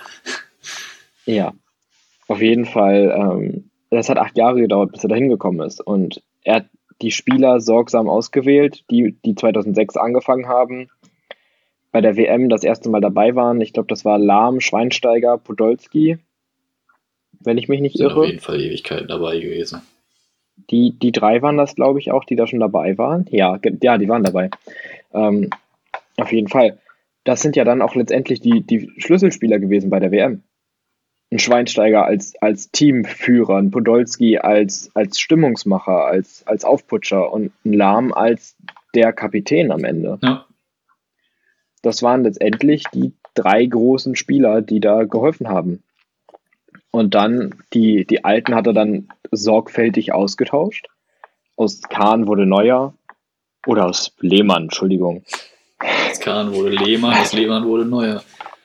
Ja, auf jeden Fall. Ähm, das hat acht Jahre gedauert, bis er da hingekommen ist. Und er hat die Spieler sorgsam ausgewählt, die, die zweitausendsechs angefangen haben, bei der W M das erste Mal dabei waren. Ich glaube, das war Lahm, Schweinsteiger, Podolski, wenn ich mich nicht sind irre. Auf jeden Fall Ewigkeiten dabei gewesen. Die, die drei waren das, glaube ich, auch, die da schon dabei waren. Ja, ja, die waren dabei. Ähm, auf jeden Fall. Das sind ja dann auch letztendlich die, die Schlüsselspieler gewesen bei der W M. Ein Schweinsteiger als, als Teamführer, ein Podolski als, als Stimmungsmacher, als, als Aufputscher und ein Lahm als der Kapitän am Ende. Ja. Das waren letztendlich die drei großen Spieler, die da geholfen haben. Und dann, die, die Alten hat er dann sorgfältig ausgetauscht. Aus Kahn wurde Neuer. Oder aus Lehmann, Entschuldigung. Aus Kahn wurde Lehmann, aus Lehmann wurde Neuer.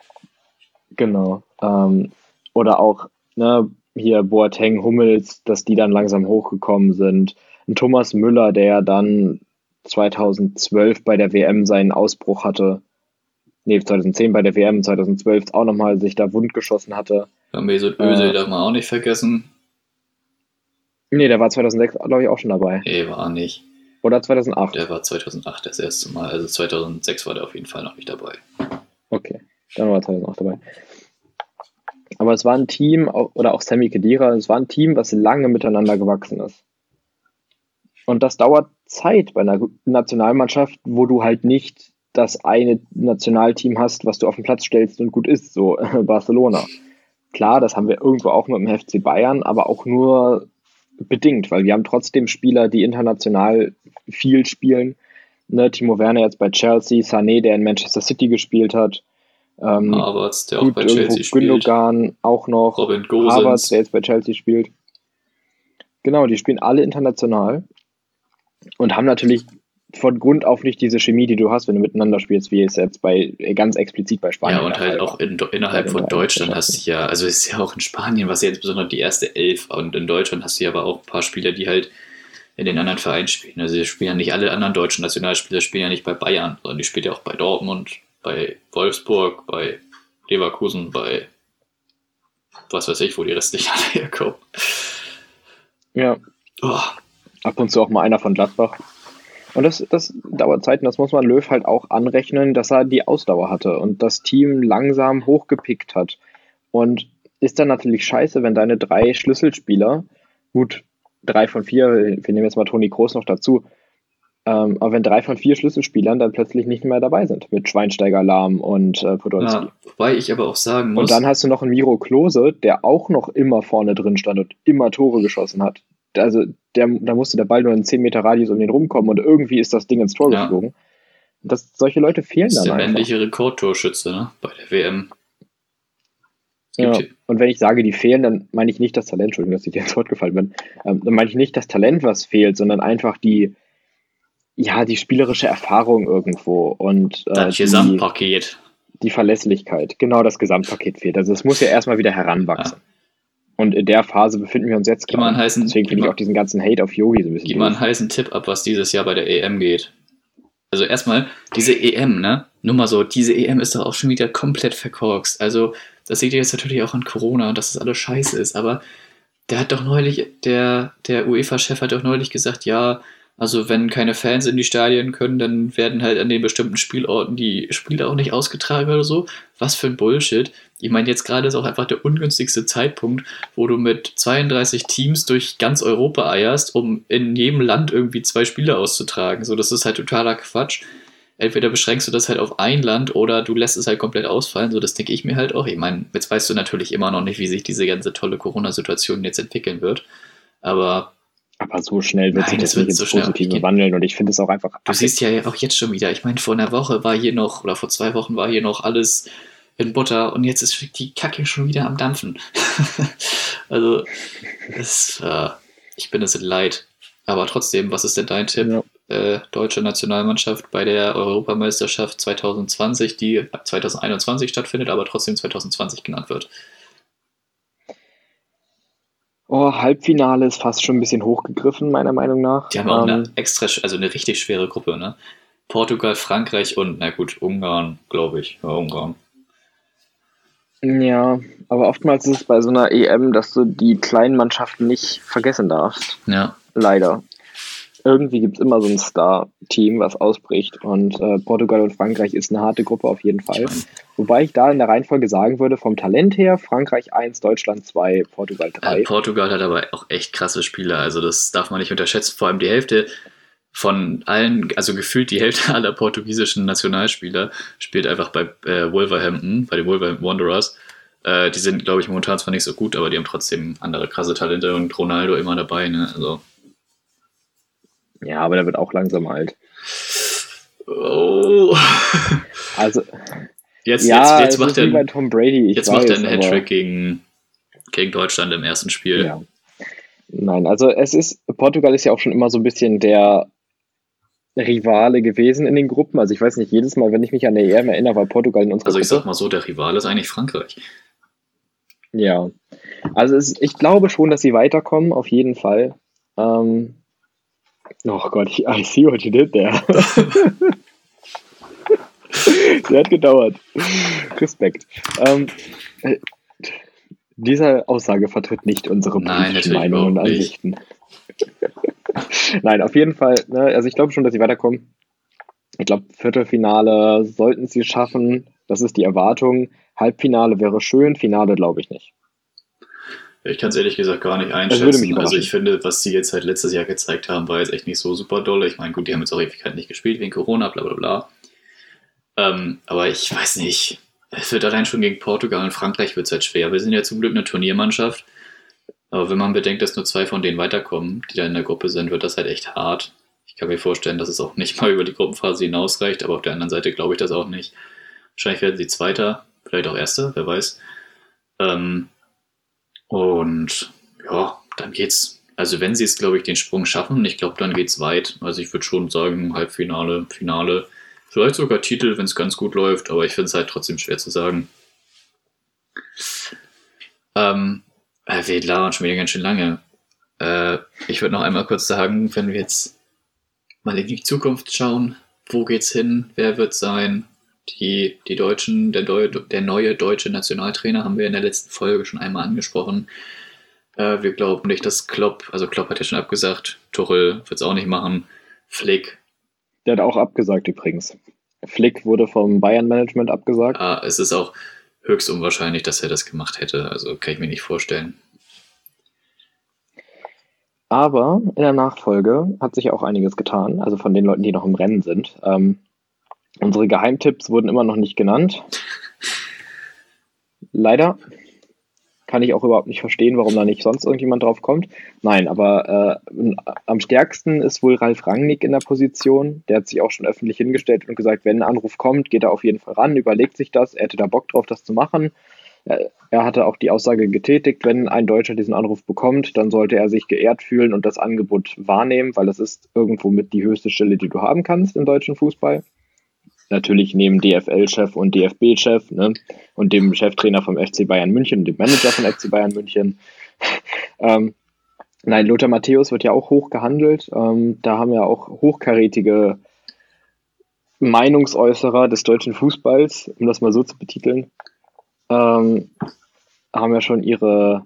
Genau. Ähm, oder auch ne, hier Boateng, Hummels, dass die dann langsam hochgekommen sind. Ein Thomas Müller, der dann zweitausendzwölf bei der W M seinen Ausbruch hatte. Nee, zweitausendzehn bei der W M, zweitausendzwölf auch nochmal sich da wund geschossen hatte. Ja, Mesut Özil äh, darf man auch nicht vergessen. Nee, der war zweitausendsechs, glaube ich, auch schon dabei. Nee, war nicht. Oder zweitausendacht? Der war zweitausendacht das erste Mal. Also zweitausendsechs war der auf jeden Fall noch nicht dabei. Okay, dann war zweitausendacht dabei. Aber es war ein Team, oder auch Sami Khedira, es war ein Team, was lange miteinander gewachsen ist. Und das dauert Zeit bei einer Nationalmannschaft, wo du halt nicht das eine Nationalteam hast, was du auf den Platz stellst und gut ist, so Barcelona. Klar, das haben wir irgendwo auch mit dem F C Bayern, aber auch nur bedingt, weil wir haben trotzdem Spieler, die international viel spielen. Ne, Timo Werner jetzt bei Chelsea, Sané, der in Manchester City gespielt hat. Ähm, Havertz, der gut, auch bei irgendwo Chelsea spielt. Gündogan auch noch. Robin Gosens. Havertz, der jetzt bei Chelsea spielt. Genau, die spielen alle international und haben natürlich von Grund auf nicht diese Chemie, die du hast, wenn du miteinander spielst, wie es jetzt bei ganz explizit bei Spanien Ja, und der halt Fall auch war. in, innerhalb Bei den von drei Deutschland Mannschaften. hast du ja, also es ist ja auch in Spanien, was ja insbesondere die erste Elf, und in Deutschland hast du ja aber auch ein paar Spieler, die halt in den anderen Vereinen spielen. Also die spielen ja nicht alle anderen deutschen Nationalspieler, spielen ja nicht bei Bayern, sondern die spielen ja auch bei Dortmund, bei Wolfsburg, bei Leverkusen, bei was weiß ich, wo die restlichen alle herkommen. Ja, Oh, ab und zu auch mal einer von Gladbach. Und das, das dauert Zeit und das muss man Löw halt auch anrechnen, dass er die Ausdauer hatte und das Team langsam hochgepickt hat. Und ist dann natürlich scheiße, wenn deine drei Schlüsselspieler, gut, drei von vier, wir nehmen jetzt mal Toni Kroos noch dazu, ähm, aber wenn drei von vier Schlüsselspielern dann plötzlich nicht mehr dabei sind, mit Schweinsteiger, Lahm und äh, Podolski. ja, wobei ich aber auch sagen muss, Und dann hast du noch einen Miro Klose, der auch noch immer vorne drin stand und immer Tore geschossen hat. Also der, da musste der Ball nur in zehn Meter Radius um den rumkommen und irgendwie ist das Ding ins Tor Ja. geflogen. Das, solche Leute fehlen ist dann der einfach. männliche Rekordtorschütze, ne, bei der W M. Es Ja. gibt Und wenn ich sage, die fehlen, dann meine ich nicht das Talent, Entschuldigung, dass ich dir ins Wort gefallen bin, ähm, dann meine ich nicht das Talent, was fehlt, sondern einfach die, ja, die spielerische Erfahrung irgendwo und äh, das die, Gesamtpaket. die Verlässlichkeit. Genau, das Gesamtpaket fehlt. Also es muss ja erstmal wieder heranwachsen. Ja. Und in der Phase befinden wir uns jetzt Gib mal einen gerade. heißen, Deswegen gib finde ich mal, auch diesen ganzen Hate auf Yogi so ein bisschen gib mal einen doof. heißen Tipp ab, was dieses Jahr bei der E M geht. Also erstmal, diese E M, ne? Nur mal so, diese E M ist doch auch schon wieder komplett verkorkst. Also, das seht ihr jetzt natürlich auch an Corona, dass das alles scheiße ist, aber der hat doch neulich, der, der UEFA-Chef hat doch neulich gesagt, ja, also wenn keine Fans in die Stadien können, dann werden halt an den bestimmten Spielorten die Spiele auch nicht ausgetragen oder so. Was für ein Bullshit. Ich meine, jetzt gerade ist auch einfach der ungünstigste Zeitpunkt, wo du mit zweiunddreißig Teams durch ganz Europa eierst, um in jedem Land irgendwie zwei Spiele auszutragen. So, das ist halt totaler Quatsch. Entweder beschränkst du das halt auf ein Land oder du lässt es halt komplett ausfallen. So, das denke ich mir halt auch. Ich meine, jetzt weißt du natürlich immer noch nicht, wie sich diese ganze tolle Corona-Situation jetzt entwickeln wird. Aber Aber so schnell wird Nein, sich das das wird nicht so ins schnell Positive auch gehen. wandeln und ich finde es auch einfach. du siehst ja auch jetzt schon wieder, ich meine, vor einer Woche war hier noch, oder vor zwei Wochen war hier noch alles in Butter und jetzt ist die Kacke schon wieder am Dampfen. Also, es, äh, ich bin es leid. Aber trotzdem, was ist denn dein Tipp? Ja. Äh, deutsche Nationalmannschaft bei der Europameisterschaft zwanzig zwanzig, die zwanzig einundzwanzig stattfindet, aber trotzdem zwanzig zwanzig genannt wird. Oh, Halbfinale ist fast schon ein bisschen hochgegriffen, meiner Meinung nach. Die haben auch eine Ähm, extra, also eine richtig schwere Gruppe, ne? Portugal, Frankreich und, na gut, Ungarn, glaube ich. Ja, Ungarn. ja, aber oftmals ist es bei so einer E M, dass du die kleinen Mannschaften nicht vergessen darfst. Ja. Leider. Irgendwie gibt es immer so ein Star-Team, was ausbricht. Und äh, Portugal und Frankreich ist eine harte Gruppe auf jeden Fall. Ich mein, Wobei ich da in der Reihenfolge sagen würde, vom Talent her, Frankreich eins, Deutschland zwei, Portugal äh, drei. Portugal hat aber auch echt krasse Spieler, also das darf man nicht unterschätzen. Vor allem die Hälfte von allen, also gefühlt die Hälfte aller portugiesischen Nationalspieler spielt einfach bei äh, Wolverhampton, bei den Wolverhampton Wanderers. Äh, die sind, glaube ich, momentan zwar nicht so gut, aber die haben trotzdem andere krasse Talente und Ronaldo immer dabei, ne? Also. Ja, aber der wird auch langsam alt. Oh. Also, Jetzt, ja, jetzt, jetzt es macht ist wie bei er, Tom Brady, ich jetzt weiß, macht er einen aber Hattrick gegen, gegen Deutschland im ersten Spiel. ja. Nein, also es ist, Portugal ist ja auch schon immer so ein bisschen der Rivale gewesen in den Gruppen. Also ich weiß nicht, jedes Mal, wenn ich mich an der E M erinnere, war Portugal in unserer Also ich sag Gruppe. mal so, der Rivale ist eigentlich Frankreich. Ja, also es, ich glaube schon, dass sie weiterkommen, auf jeden Fall. Ähm, oh Gott, ich, I see what you did there. Der hat gedauert. Respekt. Ähm, äh, diese Aussage vertritt nicht unsere Nein, politischen natürlich Meinungen und überhaupt nicht. Ansichten. Nein, auf jeden Fall. Ne, also ich glaube schon, dass sie weiterkommen. Ich glaube, Viertelfinale sollten sie schaffen. Das ist die Erwartung. Halbfinale wäre schön, Finale glaube ich nicht. Ich kann es ehrlich gesagt gar nicht Das würde mich einschätzen. Also überraschen. ich finde, was sie jetzt halt letztes Jahr gezeigt haben, war jetzt echt nicht so super dolle. Ich meine, gut, die haben jetzt auch Ewigkeit nicht gespielt wegen Corona, bla bla bla. Ähm, aber ich weiß nicht. Es wird allein schon gegen Portugal und Frankreich wird es halt schwer. Wir sind ja zum Glück eine Turniermannschaft. Aber wenn man bedenkt, dass nur zwei von denen weiterkommen, die da in der Gruppe sind, wird das halt echt hart. Ich kann mir vorstellen, dass es auch nicht mal über die Gruppenphase hinausreicht, aber auf der anderen Seite glaube ich das auch nicht. Wahrscheinlich werden sie Zweiter, vielleicht auch Erster, wer weiß. Ähm, und ja, dann geht's. Also wenn sie es, glaube ich, den Sprung schaffen, ich glaube, dann geht's weit. Also ich würde schon sagen, Halbfinale, Finale, vielleicht sogar Titel, wenn es ganz gut läuft, aber ich finde es halt trotzdem schwer zu sagen. Ähm, äh, wir labern schon wieder ganz schön lange. Äh, ich würde noch einmal kurz sagen, wenn wir jetzt mal in die Zukunft schauen, wo geht's hin, wer wird sein? Die, die Deutschen, der, Deu der neue deutsche Nationaltrainer haben wir in der letzten Folge schon einmal angesprochen. Äh, wir glauben nicht, dass Klopp, also Klopp hat ja schon abgesagt, Tuchel wird es auch nicht machen, Flick. Der hat auch abgesagt übrigens. Flick wurde vom Bayern-Management abgesagt. Ah, es ist auch höchst unwahrscheinlich, dass er das gemacht hätte, also kann ich mir nicht vorstellen. Aber in der Nachfolge hat sich auch einiges getan, also von den Leuten, die noch im Rennen sind. Ähm, unsere Geheimtipps wurden immer noch nicht genannt. Leider. Kann ich auch überhaupt nicht verstehen, warum da nicht sonst irgendjemand drauf kommt. Nein, aber äh, am stärksten ist wohl Ralf Rangnick in der Position. Der hat sich auch schon öffentlich hingestellt und gesagt, wenn ein Anruf kommt, geht er auf jeden Fall ran, überlegt sich das. Er hätte da Bock drauf, das zu machen. Er hatte auch die Aussage getätigt, wenn ein Deutscher diesen Anruf bekommt, dann sollte er sich geehrt fühlen und das Angebot wahrnehmen, weil das ist irgendwo mit die höchste Stelle, die du haben kannst im deutschen Fußball. Natürlich neben D F L-Chef und D F B-Chef, ne, und dem Cheftrainer vom F C Bayern München und dem Manager von F C Bayern München. ähm, nein, Lothar Matthäus wird ja auch hoch gehandelt. Ähm, da haben ja auch hochkarätige Meinungsäußerer des deutschen Fußballs, um das mal so zu betiteln, ähm, haben ja schon ihre,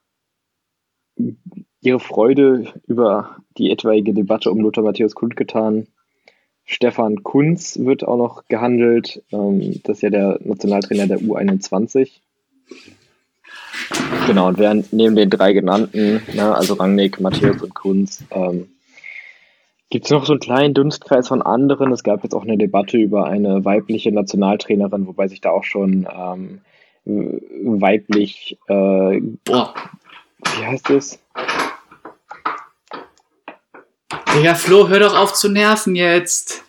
ihre Freude über die etwaige Debatte um Lothar Matthäus kundgetan. Stefan Kuntz wird auch noch gehandelt. Ähm, das ist ja der Nationaltrainer der U einundzwanzig. Genau, und während neben den drei genannten, ne, also Rangnick, Matthäus und Kuntz, ähm, gibt es noch so einen kleinen Dunstkreis von anderen. Es gab jetzt auch eine Debatte über eine weibliche Nationaltrainerin, wobei sich da auch schon ähm, weiblich, äh, Boah. wie heißt es? Digga, Flo, hör doch auf zu nerven jetzt.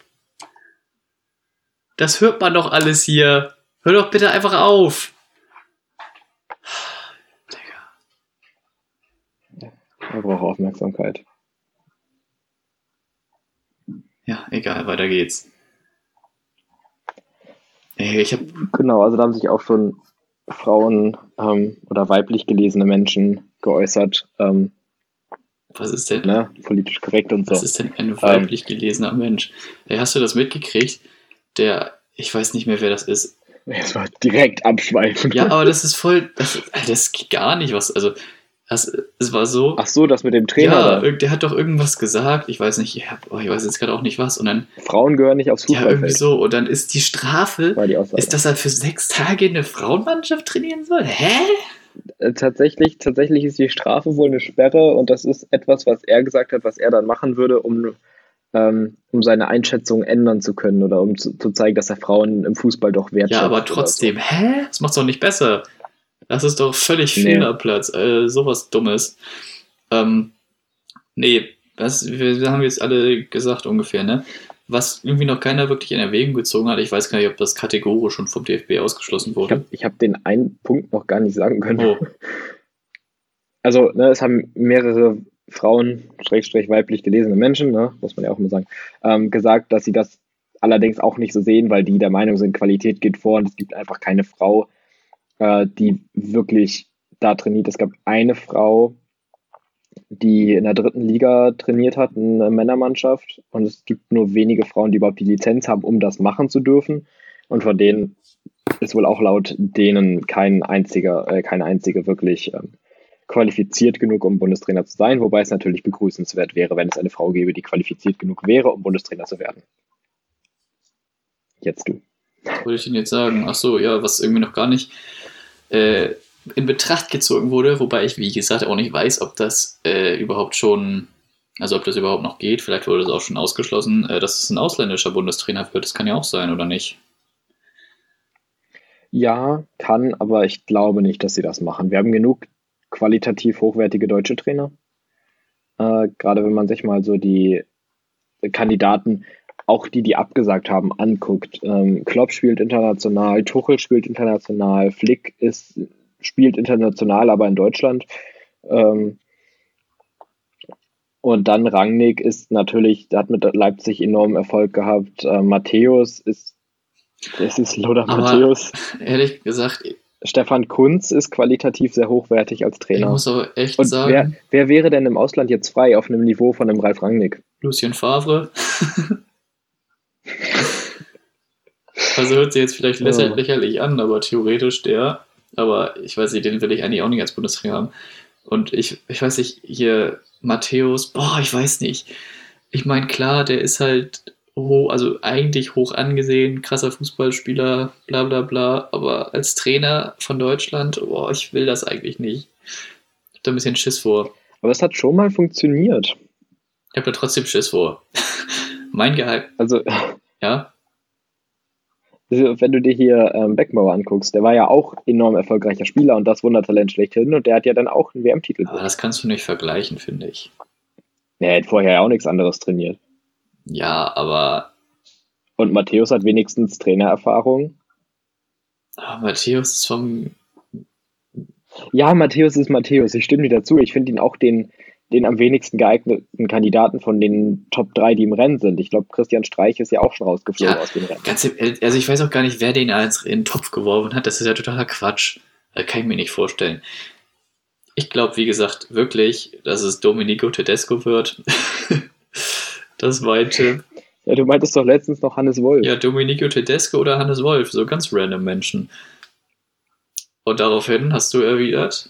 Das hört man doch alles hier. Hör doch bitte einfach auf. Digga. Er braucht Aufmerksamkeit. Ja, egal, weiter geht's. Ey, ich hab... Genau, also da haben sich auch schon Frauen ähm, oder weiblich gelesene Menschen geäußert. Ähm, Was ist denn? Ne, politisch korrekt und so. Was ist denn ein weiblich ähm, gelesener Mensch? Ey, hast du das mitgekriegt? Der, ich weiß nicht mehr, wer das ist. Das war direkt abschweifend. Ja, aber das ist voll, das, das geht gar nicht, was, also, das, es war so. Ach so, das mit dem Trainer. Ja, der hat doch irgendwas gesagt, ich weiß nicht, ich, hab, oh, ich weiß jetzt gerade auch nicht was. Und dann, Frauen gehören nicht aufs Fußballfeld. Ja, irgendwie so. Und dann ist die Strafe, war die Aussage. Ist, dass er für sechs Tage eine Frauenmannschaft trainieren soll? Hä? Tatsächlich, tatsächlich ist die Strafe wohl eine Sperre und das ist etwas, was er gesagt hat, was er dann machen würde, um, ähm, um seine Einschätzung ändern zu können oder um zu, zu zeigen, dass er Frauen im Fußball doch wertschätzt. Ja, aber trotzdem, so. Hä? Das macht's doch nicht besser. Das ist doch völlig fehl am Platz. Äh, sowas Dummes. Ähm, nee, was, wir, wir haben jetzt alle gesagt ungefähr, ne? Was irgendwie noch keiner wirklich in Erwägung gezogen hat. Ich weiß gar nicht, ob das kategorisch schon vom D F B ausgeschlossen wurde. Ich habe hab den einen Punkt noch gar nicht sagen können. Oh. Also, ne, es haben mehrere Frauen, Schrägstrich weiblich gelesene Menschen, ne, muss man ja auch immer sagen, ähm, gesagt, dass sie das allerdings auch nicht so sehen, weil die der Meinung sind, Qualität geht vor und es gibt einfach keine Frau, äh, die wirklich da trainiert. Es gab eine Frau, die in der dritten Liga trainiert hat, eine Männermannschaft. Und es gibt nur wenige Frauen, die überhaupt die Lizenz haben, um das machen zu dürfen. Und von denen ist wohl auch laut denen kein einziger, äh, keine einzige wirklich ähm, qualifiziert genug, um Bundestrainer zu sein, wobei es natürlich begrüßenswert wäre, wenn es eine Frau gäbe, die qualifiziert genug wäre, um Bundestrainer zu werden. Jetzt du. Was wollte ich denn jetzt sagen? Ach so, ja, was irgendwie noch gar nicht äh, in Betracht gezogen wurde, wobei ich, wie gesagt, auch nicht weiß, ob das äh, überhaupt schon, also ob das überhaupt noch geht, vielleicht wurde das auch schon ausgeschlossen, äh, dass es ein ausländischer Bundestrainer wird, das kann ja auch sein, oder nicht? Ja, kann, aber ich glaube nicht, dass sie das machen. Wir haben genug qualitativ hochwertige deutsche Trainer. Äh, gerade wenn man sich mal so die Kandidaten, auch die, die abgesagt haben, anguckt. Ähm, Klopp spielt international, Tuchel spielt international, Flick ist, spielt international, aber in Deutschland. Ähm, und dann Rangnick ist natürlich, der hat mit Leipzig enormen Erfolg gehabt. Äh, Matthäus ist, das ist Lothar Aber Matthäus. ehrlich gesagt, Stefan Kuntz ist qualitativ sehr hochwertig als ich Trainer. muss aber echt Und wer, sagen, wer wäre denn im Ausland jetzt frei auf einem Niveau von einem Ralf Rangnick? Lucien Favre, also hört sich jetzt vielleicht lächer- Ja. lächerlich an, aber theoretisch der, aber ich weiß nicht, den will ich eigentlich auch nicht als Bundestrainer haben. Und ich, ich weiß nicht, hier Matthäus, boah, ich weiß nicht. Ich meine, klar, der ist halt hoch, also eigentlich hoch angesehen, krasser Fußballspieler, bla bla bla, aber als Trainer von Deutschland, boah, ich will das eigentlich nicht. Ich hab da ein bisschen Schiss vor. Aber es hat schon mal funktioniert. Ich hab da trotzdem Schiss vor. Mein Geheim, Also, ja, wenn du dir hier ähm, Beckenbauer anguckst, der war ja auch enorm erfolgreicher Spieler und das Wundertalent schlechthin und der hat ja dann auch einen W M-Titel. aber das kannst du nicht vergleichen, finde ich. Er hat vorher ja auch nichts anderes trainiert. Ja, aber Und Matthäus hat wenigstens Trainererfahrung. ah, Matthäus ist vom, Ja, Matthäus ist Matthäus, ich stimme dir dazu. Ich finde ihn auch den, den am wenigsten geeigneten Kandidaten von den Top drei, die im Rennen sind. Ich glaube, Christian Streich ist ja auch schon rausgeflogen ja, aus dem Rennen. ganz, im- also ich weiß auch gar nicht, wer den als in den Topf geworfen hat. Das ist ja totaler Quatsch. Das kann ich mir nicht vorstellen. Ich glaube, wie gesagt, wirklich, dass es Domenico Tedesco wird. Das meinte, Ja, du meintest doch letztens noch Hannes Wolf. ja, Domenico Tedesco oder Hannes Wolf, so ganz random Menschen. Und daraufhin hast du erwidert,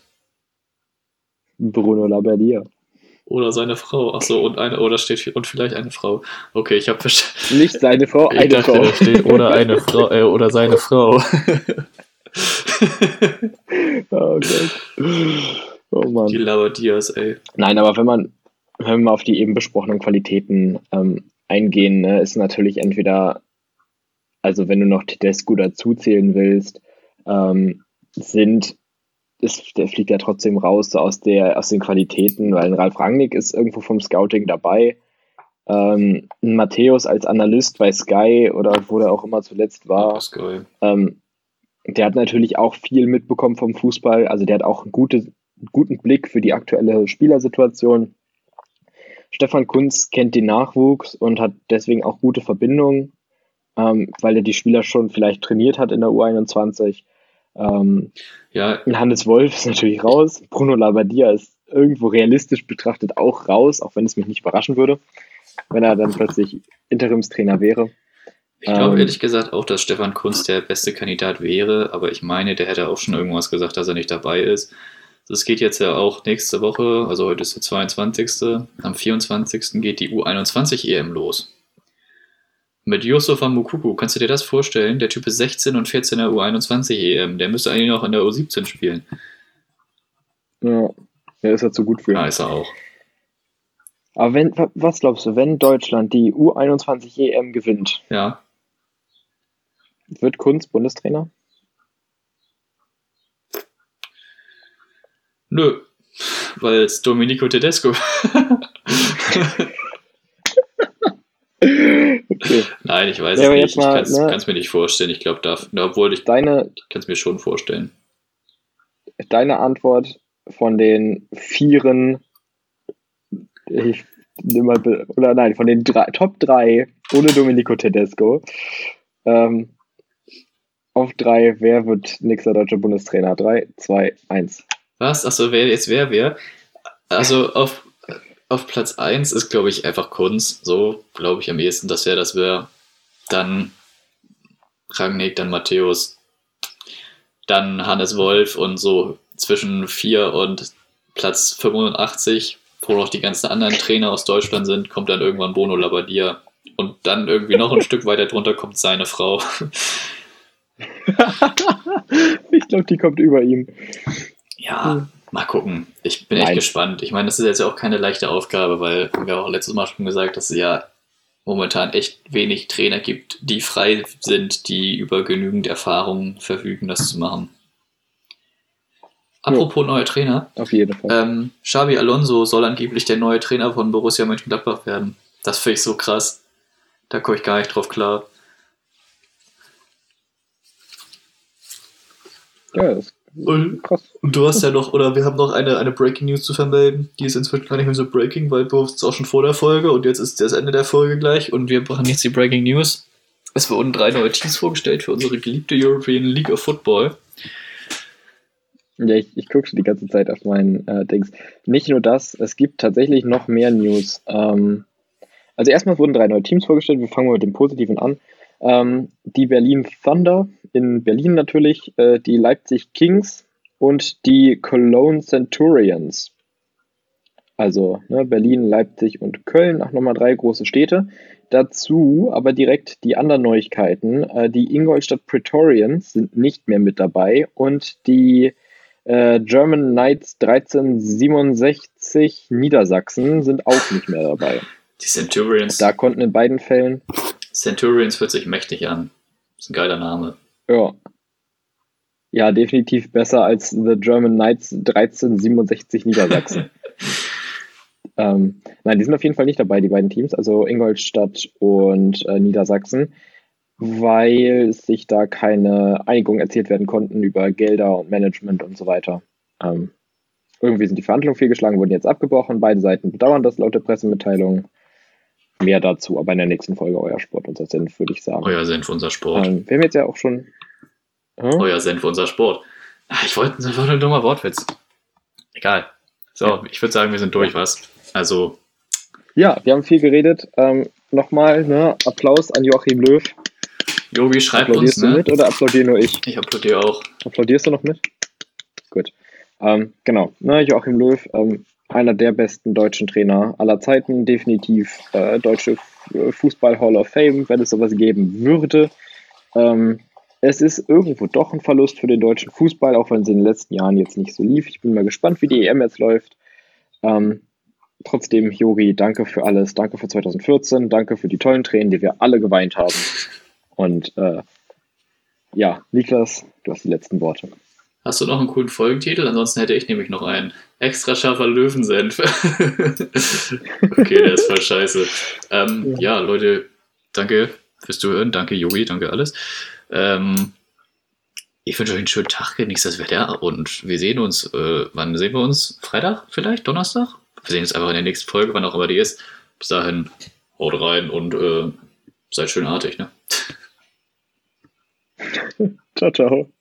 Bruno Labbadia. oder seine Frau. Achso, und eine, oder steht und vielleicht eine Frau. Okay, ich habe verstanden. Nicht seine Frau, Ich eine dachte, Frau. da steht oder eine Frau, äh, oder seine Frau. Oh Gott. Oh Die Mann. Labadias, ey. Nein, aber wenn man, wenn wir mal auf die eben besprochenen Qualitäten ähm, eingehen, ne, ist natürlich entweder, also wenn du noch Tedesco dazuzählen willst, ähm, sind, ist, der fliegt ja trotzdem raus so aus der, aus den Qualitäten, weil ein Ralf Rangnick ist irgendwo vom Scouting dabei. Ähm, ein Matthäus als Analyst bei Sky oder wo der auch immer zuletzt war, Das ist geil. ähm, der hat natürlich auch viel mitbekommen vom Fußball. Also der hat auch einen gute, guten Blick für die aktuelle Spielersituation. Stefan Kuntz kennt den Nachwuchs und hat deswegen auch gute Verbindungen, ähm, weil er die Spieler schon vielleicht trainiert hat in der U einundzwanzig. Ähm, Ja, Hannes Wolf ist natürlich raus. Bruno Labbadia ist irgendwo realistisch betrachtet auch raus, auch wenn es mich nicht überraschen würde, wenn er dann plötzlich Interimstrainer wäre. ich glaube Ähm, ehrlich gesagt auch, dass Stefan Kunz der beste Kandidat wäre, aber ich meine, der hätte auch schon irgendwas gesagt, dass er nicht dabei ist. Das geht jetzt ja auch nächste Woche, also heute ist der zweiundzwanzigste Am vierundzwanzigsten geht die U einundzwanzig E M los. Mit Yusufa Moukoko, kannst du dir das vorstellen? Der Typ ist sechzehn und vierzehn in der U einundzwanzig E M. Der müsste eigentlich noch in der U siebzehn spielen. ja, der ist ja zu gut für. Ja, ist er auch. Aber wenn, was glaubst du, wenn Deutschland die U einundzwanzig E M gewinnt, Ja, wird Kunz Bundestrainer? nö, weil es Domenico Tedesco. Okay. Nein, ich weiß Ja, es aber nicht. jetzt mal, ich kann es ne? mir nicht vorstellen. Ich glaube, darf, obwohl ich Deine, kann es mir schon vorstellen. deine Antwort von den Vieren, ich nimm mal, be- oder nein, von den drei, Top drei ohne Domenico Tedesco, ähm, auf drei, wer wird nächster deutscher Bundestrainer? Drei, zwei, eins. Was? Achso, wer jetzt wer wer? Also auf, auf Platz eins ist, glaube ich, einfach Kunz. So glaube ich am ehesten, dass er das wäre. Dann Rangnick, dann Matthäus, dann Hannes Wolf und so zwischen vier und Platz fünfundachtzig, wo noch die ganzen anderen Trainer aus Deutschland sind, kommt dann irgendwann Bruno Labbadia. Und dann irgendwie noch ein Stück weiter drunter kommt seine Frau. Ich glaube, die kommt über ihm. Ja, hm. mal gucken. Ich bin Nein. echt gespannt. Ich meine, das ist jetzt ja auch keine leichte Aufgabe, weil wir auch letztes Mal schon gesagt, dass es ja momentan echt wenig Trainer gibt, die frei sind, die über genügend Erfahrung verfügen, das zu machen. Apropos ja. neuer Trainer. Auf jeden Fall. Ähm, Xabi Alonso soll angeblich der neue Trainer von Borussia Mönchengladbach werden. Das finde ich so krass. Da komme ich gar nicht drauf klar. Ja, das ist krass. Und du hast ja noch, oder wir haben noch eine, eine Breaking News zu vermelden. Die ist inzwischen gar nicht mehr so breaking, weil wir es auch schon vor der Folge und jetzt ist das Ende der Folge gleich und wir machen jetzt die Breaking News. Es wurden drei neue Teams vorgestellt für unsere geliebte European League of Football. Ja, ich, ich gucke schon die ganze Zeit auf meinen äh, Dings. Nicht nur das, es gibt tatsächlich noch mehr News. Ähm, also erstmal wurden drei neue Teams vorgestellt. Wir fangen mal mit dem Positiven an. Ähm, die Berlin Thunder in Berlin natürlich, äh, die Leipzig Kings und die Cologne Centurions. Also ne, Berlin, Leipzig und Köln, auch nochmal drei große Städte. Dazu aber direkt die anderen Neuigkeiten. Äh, die Ingolstadt Praetorians sind nicht mehr mit dabei und die äh, German Knights dreizehnhundertsiebenundsechzig Niedersachsen sind auch nicht mehr dabei. Die Centurions. Da konnten in beiden Fällen... Centurions hört sich mächtig an. Das ist ein geiler Name. Ja. Ja, definitiv besser als The German Knights dreizehnhundertsiebenundsechzig Niedersachsen. ähm, nein, die sind auf jeden Fall nicht dabei, die beiden Teams, also Ingolstadt und äh, Niedersachsen, weil sich da keine Einigung erzielt werden konnten über Gelder und Management und so weiter. Ähm, irgendwie sind die Verhandlungen fehlgeschlagen, wurden jetzt abgebrochen. Beide Seiten bedauern das laut der Pressemitteilung. Mehr dazu, aber in der nächsten Folge Euer Sport, unser Senf, würde ich sagen. Euer Senf, unser Sport. Ähm, wir haben jetzt ja auch schon... Hm? Euer Senf, unser Sport. Ach, ich wollte das war ein dummer Wortwitz. Egal. So, ja. Ich würde sagen, wir sind durch, ja. was? Also... Ja, wir haben viel geredet. Ähm, Nochmal, ne, Applaus an Joachim Löw. Jogi, schreib Applaudierst uns, du ne? mit oder applaudiere nur ich? Ich applaudiere auch. Applaudierst du noch mit? Gut. Ähm, genau, ne, Joachim Löw, ähm, einer der besten deutschen Trainer aller Zeiten, definitiv äh, deutsche Fußball Hall of Fame, wenn es sowas geben würde. Ähm, es ist irgendwo doch ein Verlust für den deutschen Fußball, auch wenn es in den letzten Jahren jetzt nicht so lief. Ich bin mal gespannt, wie die E M jetzt läuft. Ähm, trotzdem, Jogi, danke für alles. Danke für zwanzig vierzehn, danke für die tollen Tränen, die wir alle geweint haben. Und äh, ja, Niklas, du hast die letzten Worte. Hast du noch einen coolen Folgentitel? Ansonsten hätte ich nämlich noch einen. Extra scharfer Löwensenf. Okay, der ist voll scheiße. Ähm, ja. ja, Leute, danke fürs Zuhören. Danke, Jogi, danke alles. Ähm, ich wünsche euch einen schönen Tag, genießt das Wetter und wir sehen uns, äh, wann sehen wir uns? Freitag vielleicht? Donnerstag? Wir sehen uns einfach in der nächsten Folge, wann auch immer die ist. Bis dahin, haut rein und äh, seid schön artig, ne? Ciao, ciao.